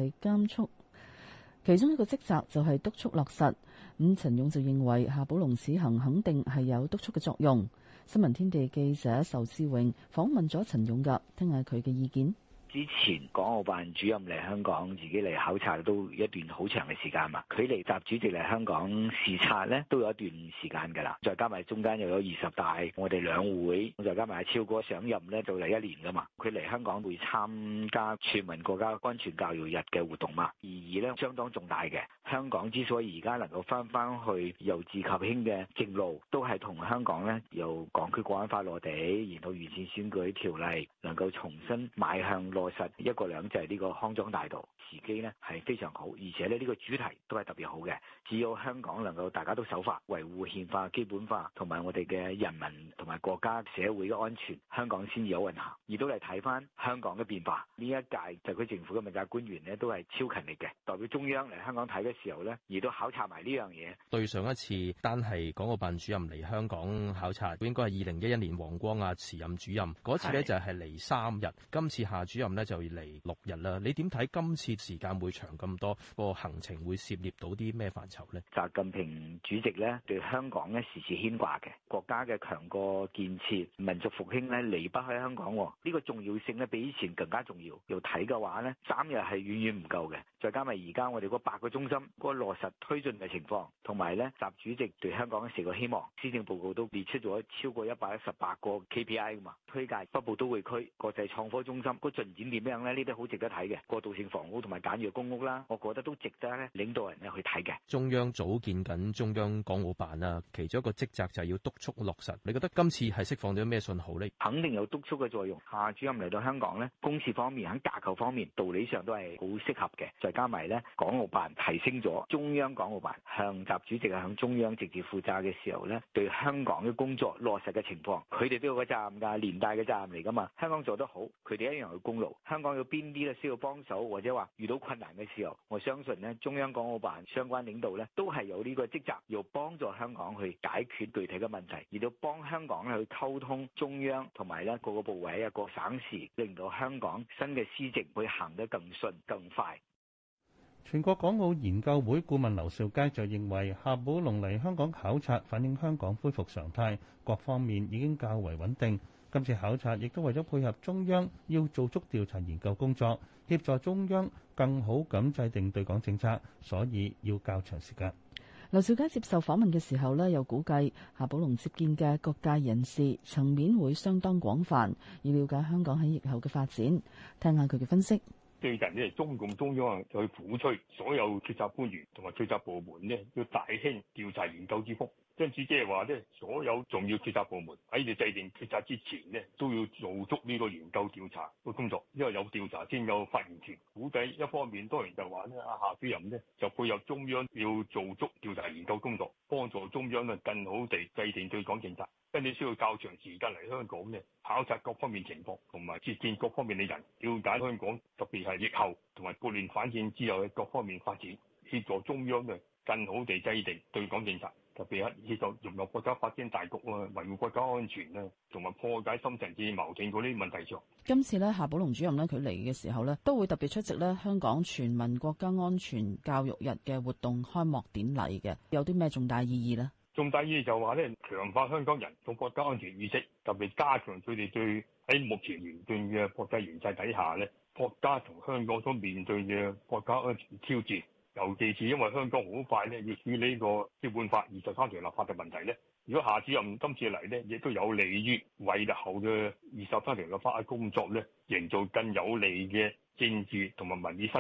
S3: 係督促落實。陳勇就認為夏寶龍此行肯定係有督促嘅作用。新聞天地記者仇志榮訪問咗陳勇㗎，聽下佢嘅意見。
S5: 之前港澳辦主任嚟香港，自己嚟考察都一段好長嘅時間嘛。距離習主席嚟香港視察呢，都有一段時間㗎啦。再加埋中間又有20大，我哋兩會，再加埋超過上任呢，就嚟1年㗎嘛。佢嚟香港會參加全民國家安全教育日嘅活動嘛，意義呢相當重大嘅。香港之所以而家能夠翻去由治及興嘅正路，都係同香港呢由港區國安法落地，然後完善選舉條例，能夠重新邁向落實一國兩制呢個康莊大道，時機呢係非常好，而且呢個主題都係特別好嘅。只有香港能夠大家都守法，維護憲法、基本法同埋我哋嘅人民同埋國家社會嘅安全，香港先至有運行。而都嚟睇翻香港嘅變化，呢一屆特區政府嘅問責官員呢都係超勤力嘅，代表中央嚟香港睇嘅時候呢，亦都考察埋呢樣嘢。
S8: 對上一次單係港澳辦主任嚟香港考察，應該係2011年黃光亞辭任主任嗰次呢，就係嚟3日，今次夏主任呢，就嚟6日啦。你點睇今次時間會長咁多？個行程會涉獵到啲咩範疇呢？
S5: 習近平主席呢對香港呢時時牽掛嘅，國家嘅強國建設、民族復興呢離不開香港。呢個重要性呢比以前更加重要。要睇嘅話呢，3日係遠遠唔夠嘅。再加埋而家我哋嗰8個中心嗰個落實推進嘅情況，同埋呢習主席對香港嘅4個希望，施政報告都列出咗超過118個 KPI 噶嘛。推介北部都會區、國際創科中心個進展點樣呢？呢啲好值得睇嘅。過渡性房屋同埋簡約公屋啦，我覺得都值得咧領導人咧去睇嘅。
S8: 中央組建緊中央港澳辦啊，其中一個職責就係要督促落實。你覺得今次係釋放咗咩信號呢？
S5: 肯定有督促嘅作用。夏主任嚟到香港呢，公事方面喺架構方面道理上都係好適合嘅。再加埋呢港澳辦提升咗中央港澳辦向習主席向中央直接負責嘅時候呢，對香港嘅工作落實嘅情況，佢哋都有個責任㗎，連帶嘅責任嚟㗎嘛。香港做得好，佢哋一樣去功勞。香港有邊啲咧需要幫手，或者話遇到困難嘅時候，我相信呢中央港澳辦相關領導呢都係有呢個職責，要幫助香港去解決具體嘅問題，亦都幫香港去溝通中央同埋呢各個部委啊、各省市，令到香港新嘅施政會行得更順更快。
S4: 全國港澳研究會顧問劉兆佳就認為，夏寶龍嚟香港考察反映香港恢復常態，各方面已經較為穩定。今次考察亦都為咗配合中央要做足調查研究工作，協助中央更好咁制定對港政策，所以要較長時間。
S3: 劉兆佳接受訪問嘅時候又估計夏寶龍接見嘅各界人士層面會相當廣泛，以了解香港喺疫後嘅發展。聽下佢嘅分析。
S15: 最近呢，中共中央就去鼓吹所有決策官員同埋決策部門呢，要大興調查研究之風。因此即係話呢，所有重要決策部門喺你制定決策之前呢，都要做足呢個研究調查嘅工作，因為有調查先有發言權。估計一方面當然就話呢，夏主任呢就配合中央要做足調查研究工作，幫助中央呢更好地制定對港政策。跟住需要較長時間嚟香港呢，考察各方面情況，同埋接見各方面嘅人，了解香港特別係疫後同埋撥亂反正之後嘅各方面發展，協助中央呢更好地制定對港政策。特別係協助融入國家發展大局啊，維護國家安全啊，同埋破解深層次矛盾嗰啲問題上。
S3: 今次夏寶龍主任佢嚟嘅時候都會特別出席香港全民國家安全教育日嘅活動開幕典禮嘅，有啲咩重大意義呢？
S15: 重大意義就話強化香港人對國家安全意識，特別加強佢哋對喺目前嚴峻嘅國際形勢底下國家同香港所面對嘅國家安全挑戰。尤其是因為香港好快要處理呢個基本法23條立法嘅問題如果夏主任今次嚟亦都有利於為日後嘅23條立法嘅工作營造更有利嘅政治同埋民意氛圍。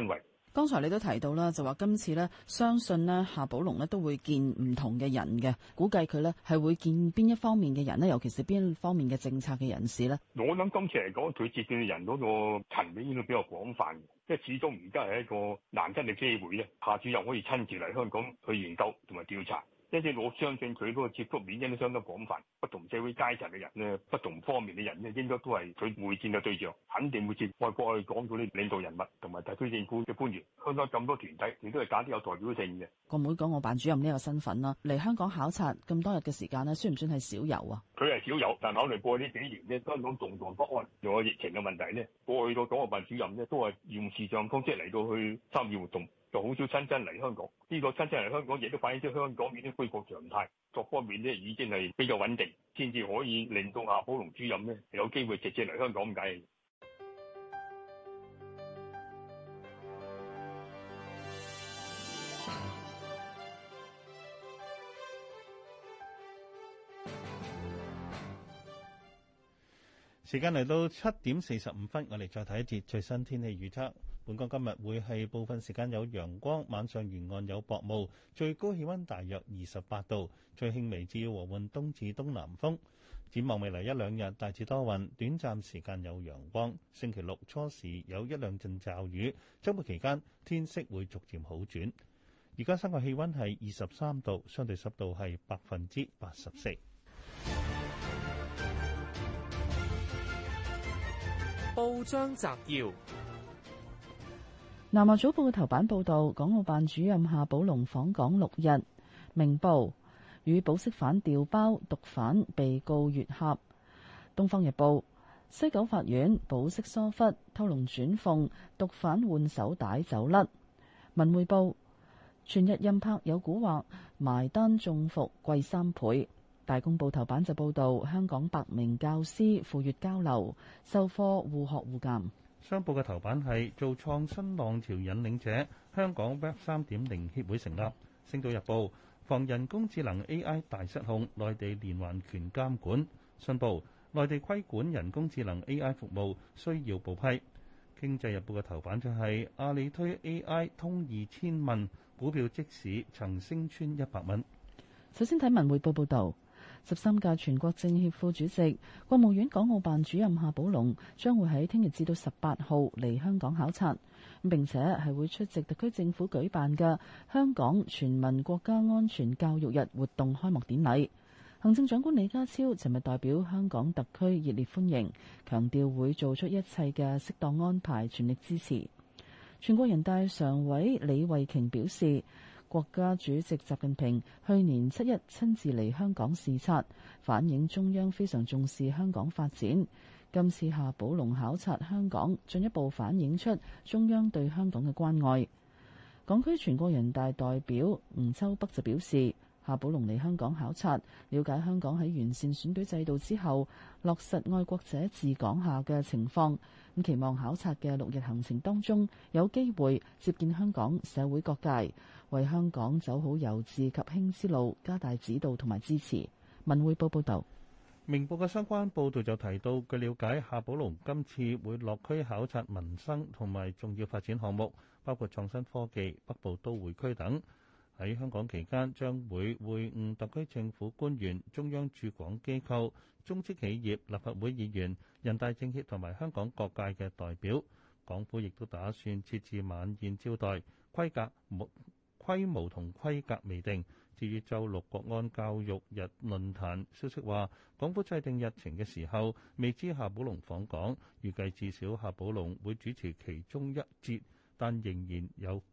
S3: 剛才你都提到啦，就話今次呢，相信呢夏寶龍呢都會見唔同嘅人嘅，估計佢呢係會見邊一方面嘅人呢？尤其是邊一方面嘅政策嘅人士呢？
S15: 我諗今次嚟講，佢接見嘅人嗰個層面應該比較廣泛嘅，即係始終而家係一個難得嘅機會咧，夏主任可以親自嚟香港去研究同埋調查。因此，我相信佢嗰個接觸面應該相當廣泛，不同社會階層嘅人咧，不同方面嘅人咧，應該都係佢會見嘅對象，肯定會接外國去講到啲領導人物同埋特區政府嘅官員。香港咁多團體，亦都係揀啲有代表性嘅。
S3: 國務港澳辦主任呢個身份啦，嚟香港考察咁多日嘅時間咧，算唔算係少有啊？
S15: 佢係少有，但考慮過呢幾年咧，香港動盪不安，仲有疫情嘅問題咧，過去到港澳辦主任咧，都係用視像方式嚟到去參與活動。就好少親身嚟香港，呢個親身嚟香港亦都反映出香港已經恢復常態，各方面咧已經係比較穩定，先至可以令到夏寶龍主任咧有機會直接嚟香港咁解。
S4: 時間嚟到7:45，我哋再睇一節最新天氣預測。本港今日會係部分時間有陽光，晚上沿岸有薄霧，最高氣溫大約28度，吹輕微至和緩東至東南風。展望未來一兩日大致多雲，短暫時間有陽光。星期六初時有一兩陣驟雨，週末期間天色會逐漸好轉。而家室外氣溫係23度，相對濕度係84%。
S9: 報章摘要。
S3: 南華早報嘅頭版報導，港澳辦主任夏寶龍訪港6日。明報與保釋犯調包，毒販被告越柙。東方日報西九法院保釋疏忽，偷龍轉鳳，毒販換手帶走甩。文匯報全日任拍有蠱惑，埋單中伏貴3倍。大公報頭版就報導，香港100名教師赴粵交流，授課互學互鑑。
S4: 商報嘅頭版係做創新浪潮引領者，香港 Web 3.0協會成立。星島日報防人工智能 AI 大失控，內地連環權監管。信報內地規管人工智能 AI 服務需要報批。經濟日報嘅頭版就係阿里推 AI 通2000問，股票即市曾升穿100蚊。
S3: 首先睇文匯報報導。13屆全國政協副主席、國務院港澳辦主任夏寶龍將會喺聽日至到18號嚟香港考察，並且係會出席特區政府舉辦嘅香港全民國家安全教育日活動開幕典禮。行政長官李家超尋日代表香港特區熱烈歡迎，強調會做出一切嘅適當安排，全力支持。全國人大常委李慧瓊表示，國家主席習近平去年7月親自嚟香港視察，反映中央非常重視香港發展。今次夏寶龍考察香港，進一步反映出中央對香港嘅關愛。港區全國人大代表吳秋北就表示，夏寶龍嚟香港考察，了解香港喺完善選舉制度之後落實愛國者治港下嘅情況。咁期望考察嘅6日行程當中，有機會接見香港社會各界，為香港走好由治及興之路加大指導同埋支持。文匯報報道。
S4: 明報嘅相關報導就提到，據了解，夏寶龍今次會落區考察民生同埋重要發展項目，包括創新科技、北部都會區等。喺香港期間，將會會晤特區政府官員、中央駐港機構、中資企業、立法會議員、人大政協同埋香港各界嘅代表。港府亦都打算設置晚宴招待，規模同規格未定。至於週6國安教育日論壇，消息話港府制定日程嘅時候，未知夏寶龍訪港，預計至少夏寶龍會主持其中一節，但仍然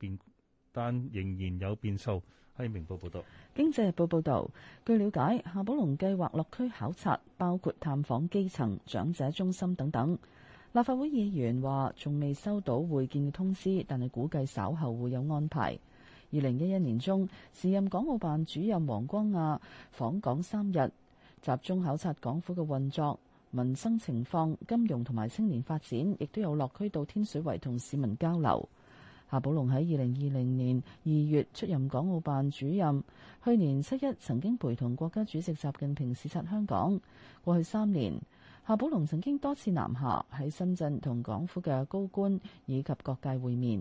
S4: 有變數。係明報報導。
S3: 經濟日報報導，據了解，夏寶龍計劃落區考察，包括探訪基層、長者中心等等。立法會議員話仲未收到會見嘅通知，但係估計稍後會有安排。2011年中，時任港澳辦主任黃光亞訪港3日，集中考察港府嘅運作、民生情況、金融同埋青年發展，亦都有落區到天水圍同市民交流。夏寶龍喺2020年2月出任港澳辦主任，去年7月曾經陪同國家主席習近平視察香港。過去3年，夏寶龍曾經多次南下，喺深圳同港府嘅高官以及各界會面。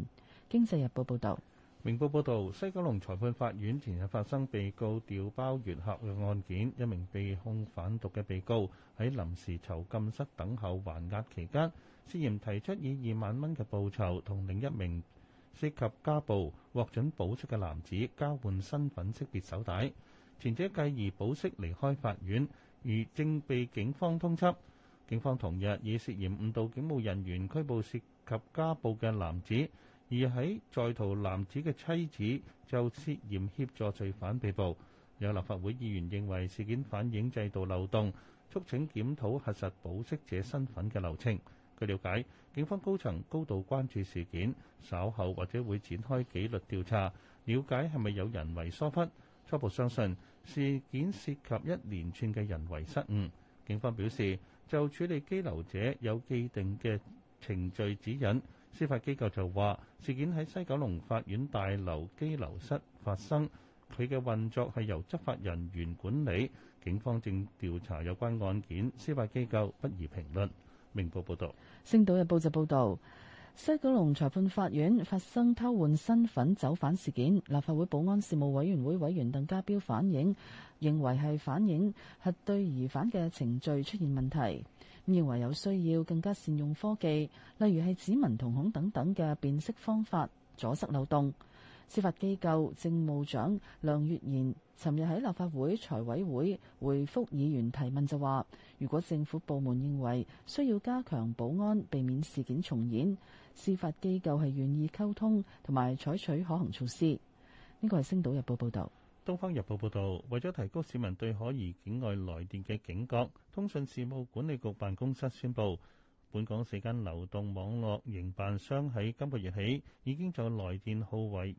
S3: 經濟日報報導。
S4: 明報報導，西九龍裁判法院前日發生被告調包越柙嘅案件，一名被控販毒嘅被告喺臨時囚禁室等候還押期間，涉嫌提出以2萬蚊嘅報酬同另一名涉及家暴獲准保釋嘅男子交換身份識別手帶，前者繼而保釋離開法院，而正被警方通緝。警方同日以涉嫌誤導警務人員拘捕涉及家暴嘅男子。而喺在逃男子嘅妻子就涉嫌協助罪犯被捕。有立法會議員認為事件反映制度漏洞，促請檢討核實保釋者身份嘅流程。據了解，警方高層高度關注事件，稍後或者會展開紀律調查，了解係咪有人為疏忽。初步相信事件涉及一連串嘅人為失誤。警方表示，就處理羈留者有既定嘅程序指引。司法機構就話，事件喺西九龍法院大樓羈留室發生，佢嘅運作係由執法人員管理，警方正調查有關案件，司法機構不宜評論。明報報導。
S3: 星島日報就報導，西九龍裁判法院發生偷換身份走犯事件，立法會保安事務委員會委員鄧家彪認為係反映核對疑犯嘅程序出現問題。認為有需要更加善用科技，例如係指紋瞳孔等等嘅辨識方法，阻塞漏洞。司法機構政務長梁月賢尋日喺立法會財委會回覆議員提問就話，如果政府部門認為需要加強保安，避免事件重演，司法機構係願意溝通同埋採取可行措施。呢個係《星島日報》報導。
S4: 《東方日報》報導，為咗提高市民對可疑境外來電嘅警覺，通訊事務管理局辦公室宣布，本港4間流動網絡營辦商喺今個月起已經就來電號為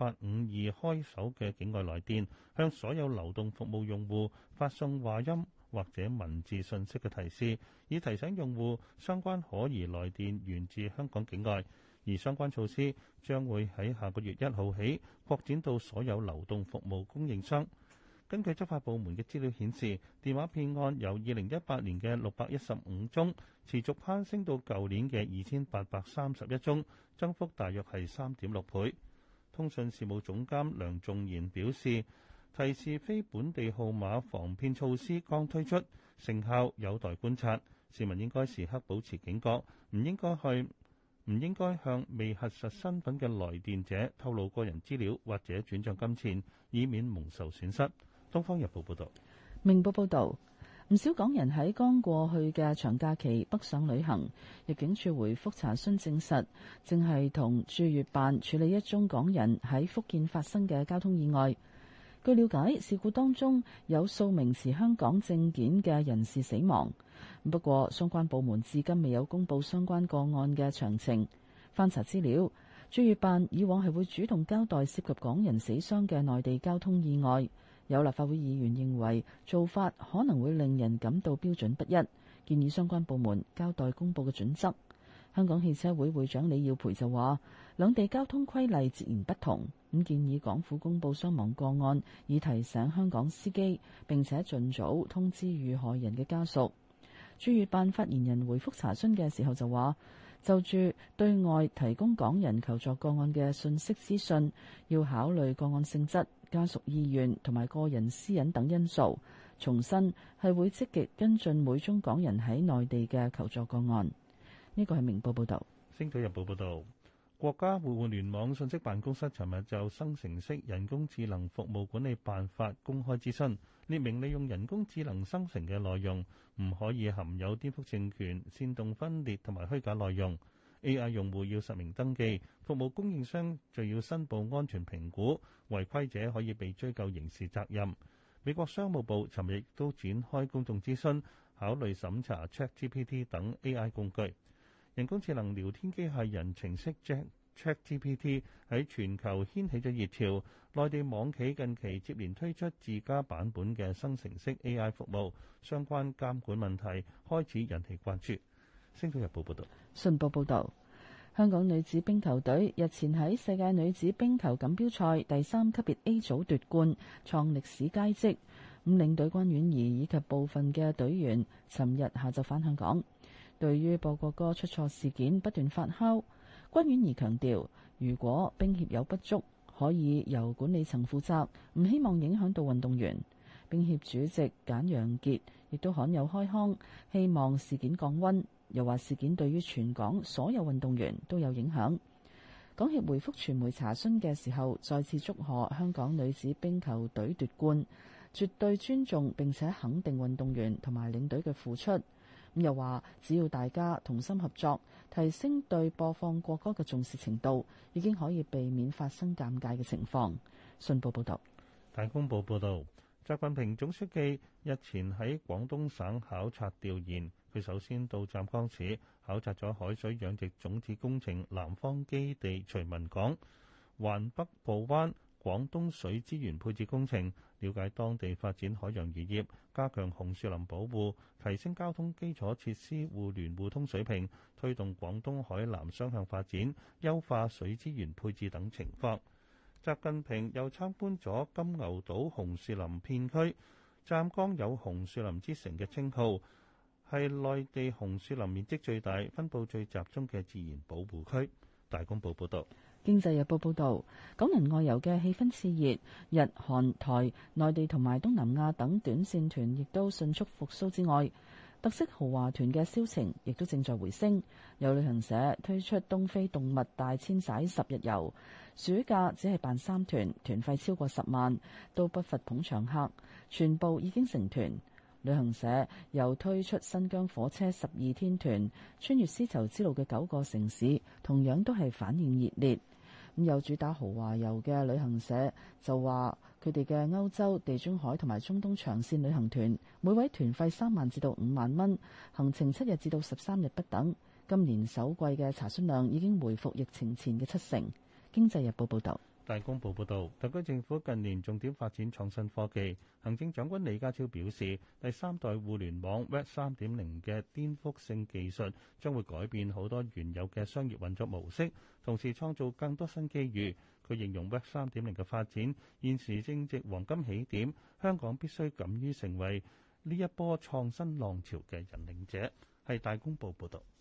S4: +852開首嘅境外來電，向所有流動服務用戶發送話音或者文字信息嘅提示，以提醒用戶相關可疑來電源自香港境外。而相關措施將會喺下個月1號起擴展到所有流動服務供應商。根據執法部門嘅資料顯示，電話騙案由2018年嘅615宗持續攀升到舊年嘅2831宗，增幅大約係3.6倍。通訊事務總監梁仲賢表示，提示非本地號碼防騙措施剛推出，成效有待觀察。市民應該時刻保持警覺，唔應該向未核實身份嘅來電者透露個人資料或者轉帳金錢，以免蒙受損失。《東方日報》報導。
S3: 明報報導，唔少港人喺剛過去嘅長假期北上旅行，入境處回覆查詢證實，正係同駐粵辦處理一宗港人喺福建發生嘅交通意外。據了解，事故當中有數名持香港證件嘅人士死亡。不過，相關部門至今未有公布相關個案嘅詳情。翻查資料，駐粵辦以往係會主動交代涉及港人死傷嘅內地交通意外。有立法會議員認為做法可能會令人感到標準不一，建議相關部門交代公布嘅準則。香港汽車會會長李耀培就話，兩地交通規例截然不同，咁建議港府公布傷亡個案，以提醒香港司機，並且盡早通知遇害人嘅家屬。駐粵辦發言人回覆查詢嘅時候就話，就住對外提供港人求助個案嘅信息資訊，要考慮個案性質、家屬意願同埋個人私隱等因素。重申係會積極跟進每宗港人喺內地嘅求助個案。呢個係明報報導。
S4: 《星島日報》報導，國家互換聯網信息辦公室尋日就生成式人工智能服務管理辦法公開諮詢，列明利用人工智能生成嘅內容唔可以含有顛覆政權、煽動分裂同埋虛假內容。AI 用戶要實名登記，服務供應商就要申報安全評估，違規者可以被追究刑事責任。美國商務部尋日亦都展開公眾諮詢，考慮審查 ChatGPT 等 AI 工具。人工智能聊天機械人程式 ChatGPT 喺全球掀起咗熱潮，內地網企近期接連推出自家版本嘅生成式 AI 服務，相關監管問題開始引起關注。星島日報報道。
S3: 信報報導，香港女子冰球隊日前喺世界女子冰球錦標賽第3級別 A 組奪冠，創歷史佳績。領隊關婉儀以及部分嘅隊員尋日下晝返香港。對於播國歌出錯事件不斷發酵，關婉儀強調如果冰協有不足，可以由管理層負責，唔希望影響到運動員。冰協主席簡陽傑亦都罕有開腔，希望事件降溫，又話事件對於全港所有運動員都有影響。港協回覆傳媒查詢嘅時候，再次祝賀香港女子冰球隊奪冠，絕對尊重並且肯定運動員同埋領隊嘅付出。咁又話只要大家同心合作，提升對播放國歌嘅重視程度，已經可以避免發生尷尬嘅情況。信報報道。
S4: 大公報報導，習近平總書記日前喺廣東省考察調研，佢首先到湛江市考察咗海水養殖種子工程南方基地徐聞港、環北部灣廣東水資源配置工程，了解當地發展海洋漁業、加強紅樹林保護、提升交通基礎設施互聯互通水平、推動廣東海南雙向發展、優化水資源配置等情況。習近平又參觀咗金牛島紅樹林片區，湛江有紅樹林之城嘅稱號，係內地紅樹林面積最大、分佈最集中嘅自然保護區。大公報報導。
S3: 經濟日報報導，港人外遊嘅氣氛熾熱，日韓台、內地同埋東南亞等短線團亦都迅速復甦之外，特色豪華團嘅銷情亦都正在回升。有旅行社推出東非動物大遷徙10日遊，暑假只係辦3團，團費超過10萬，都不乏捧場客，全部已經成團。旅行社又推出新疆火車12天團，穿越絲綢之路嘅9個城市，同樣都係反應熱烈。咁有主打豪華遊嘅旅行社就話，佢哋嘅歐洲、地中海同埋中東長線旅行團，每位團費3萬至到5萬蚊，行程7日至到13日不等。今年首季嘅查詢量已經回復疫情前嘅7成。經濟日報報導。
S4: 大公報報導，特區政府近年重點發展創新科技。行政長官李家超表示，第3代互聯網 Web 3.0 嘅顛覆性技術將會改變好多原有嘅商業運作模式，同時創造更多新機遇。佢形容 Web 3.0 嘅發展現時正值黃金起點，香港必須敢於成為呢一波創新浪潮嘅引領者。係大公報報導。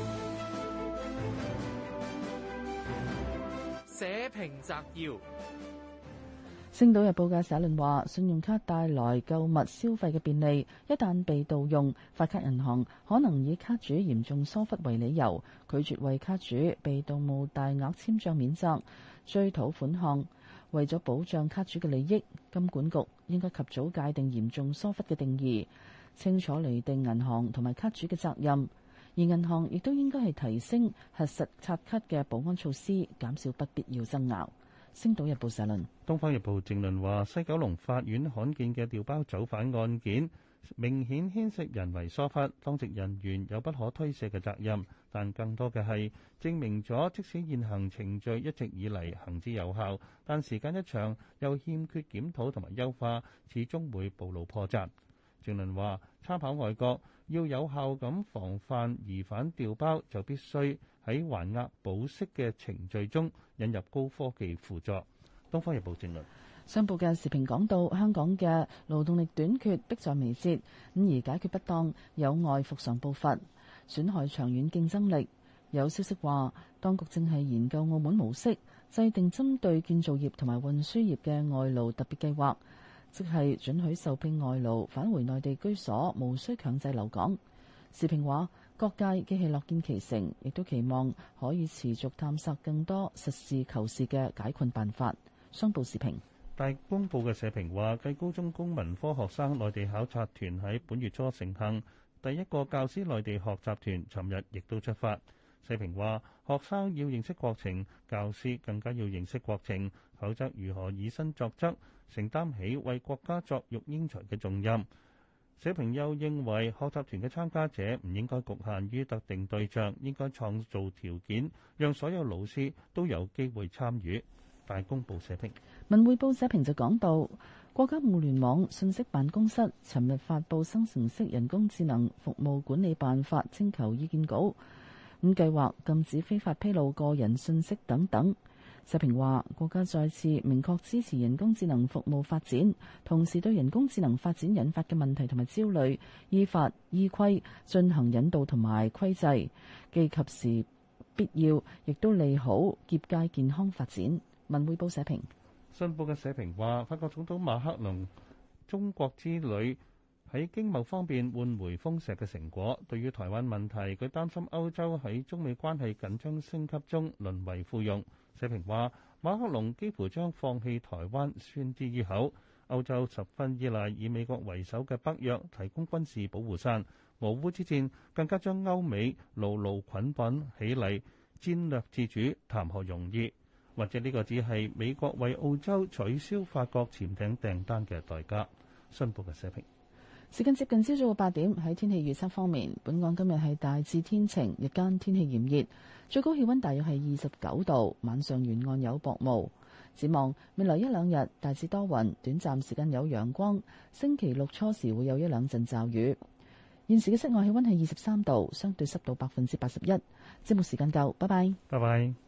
S9: 社評摘要：
S3: 星島日報嘅社論話，信用卡帶來購物消費嘅便利，一旦被盜用，發卡銀行可能以卡主嚴重疏忽為理由，拒絕為卡主被盜墓大額簽帳免責，追討款項。為咗保障卡主嘅利益，金管局應該及早界定嚴重疏忽嘅定義，清楚釐定銀行同埋卡主嘅責任。而銀行亦都應該係提升核實刷卡嘅保安措施，減少不必要爭拗。星島日報社論。
S4: 東方日報正論話，西九龍法院罕見嘅掉包走犯案件，明顯牽涉人為疏忽，當值人員有不可推卸嘅責任，但更多嘅係證明咗，即使現行程序一直以嚟行之有效，但時間一長又欠缺檢討同埋優化，始終會暴露破綻。正論話，參考外國，要有效咁防範疑犯掉包，就必須喺還押保釋嘅程序中引入高科技輔助。《東方日報》正論。
S3: 商報嘅時評講到，香港嘅勞動力短缺迫在眉睫，而解決不當有礙復常步伐，損害長遠競爭力。有消息話，當局正係研究澳門模式，制定針對建造業同埋運輸業嘅外勞特別計劃。即係准許受聘外勞返回內地居所，無需強制留港。時評話，各界既係樂見其成，亦都期望可以持續探索更多實事求是嘅解困辦法。商報時評。
S4: 大公報嘅社評話，繼高中公民科學生內地考察團喺本月初成行，第一個教師內地學習團尋日亦都出發。社評話，學生要認識國情，教師更加要認識國情，否則如何以身作則，承擔起為國家作育英才嘅重任。社評又認為，學習團嘅參加者唔應該局限於特定對象，應該創造條件，讓所有老師都有機會參與。大公報社評。
S3: 文匯報社評就講到，國家互聯網信息辦公室尋日發布生成式人工智能服務管理辦法徵求意見稿，咁計劃禁止非法披露個人信息等等。社評話，國家再次明確支持人工智能服務發展，同時對人工智能發展引發嘅問題同埋焦慮，依法依規進行引導同埋規制，既及時必要，亦都利好業界健康發展。文匯報社評。
S4: 信報嘅社評話，法國總統馬克龍中國之旅喺經貿方面換回豐碩嘅成果。對於台灣問題，佢擔心歐洲喺中美關係緊張升級中淪為附庸。社評話，馬克龍幾乎將放棄台灣宣之於口。歐洲十分依賴以美國為首嘅北約提供軍事保護傘，俄烏之戰更加將歐美牢牢捆綁起嚟，戰略自主談何容易？或者呢個只係美國為澳洲取消法國潛艇訂單嘅代價。新報嘅社評。
S3: 時間接近朝早嘅8點，喺天氣預測方面，本港今日係大致天晴，日間天氣炎熱，最高氣溫大約係29度，晚上沿岸有薄霧。展望未來一兩日大致多雲，短暫時間有陽光。星期六初時會有一兩陣驟雨。現時嘅室外氣溫係23度，相對濕度81%。節目時間夠，拜拜。
S4: 拜拜。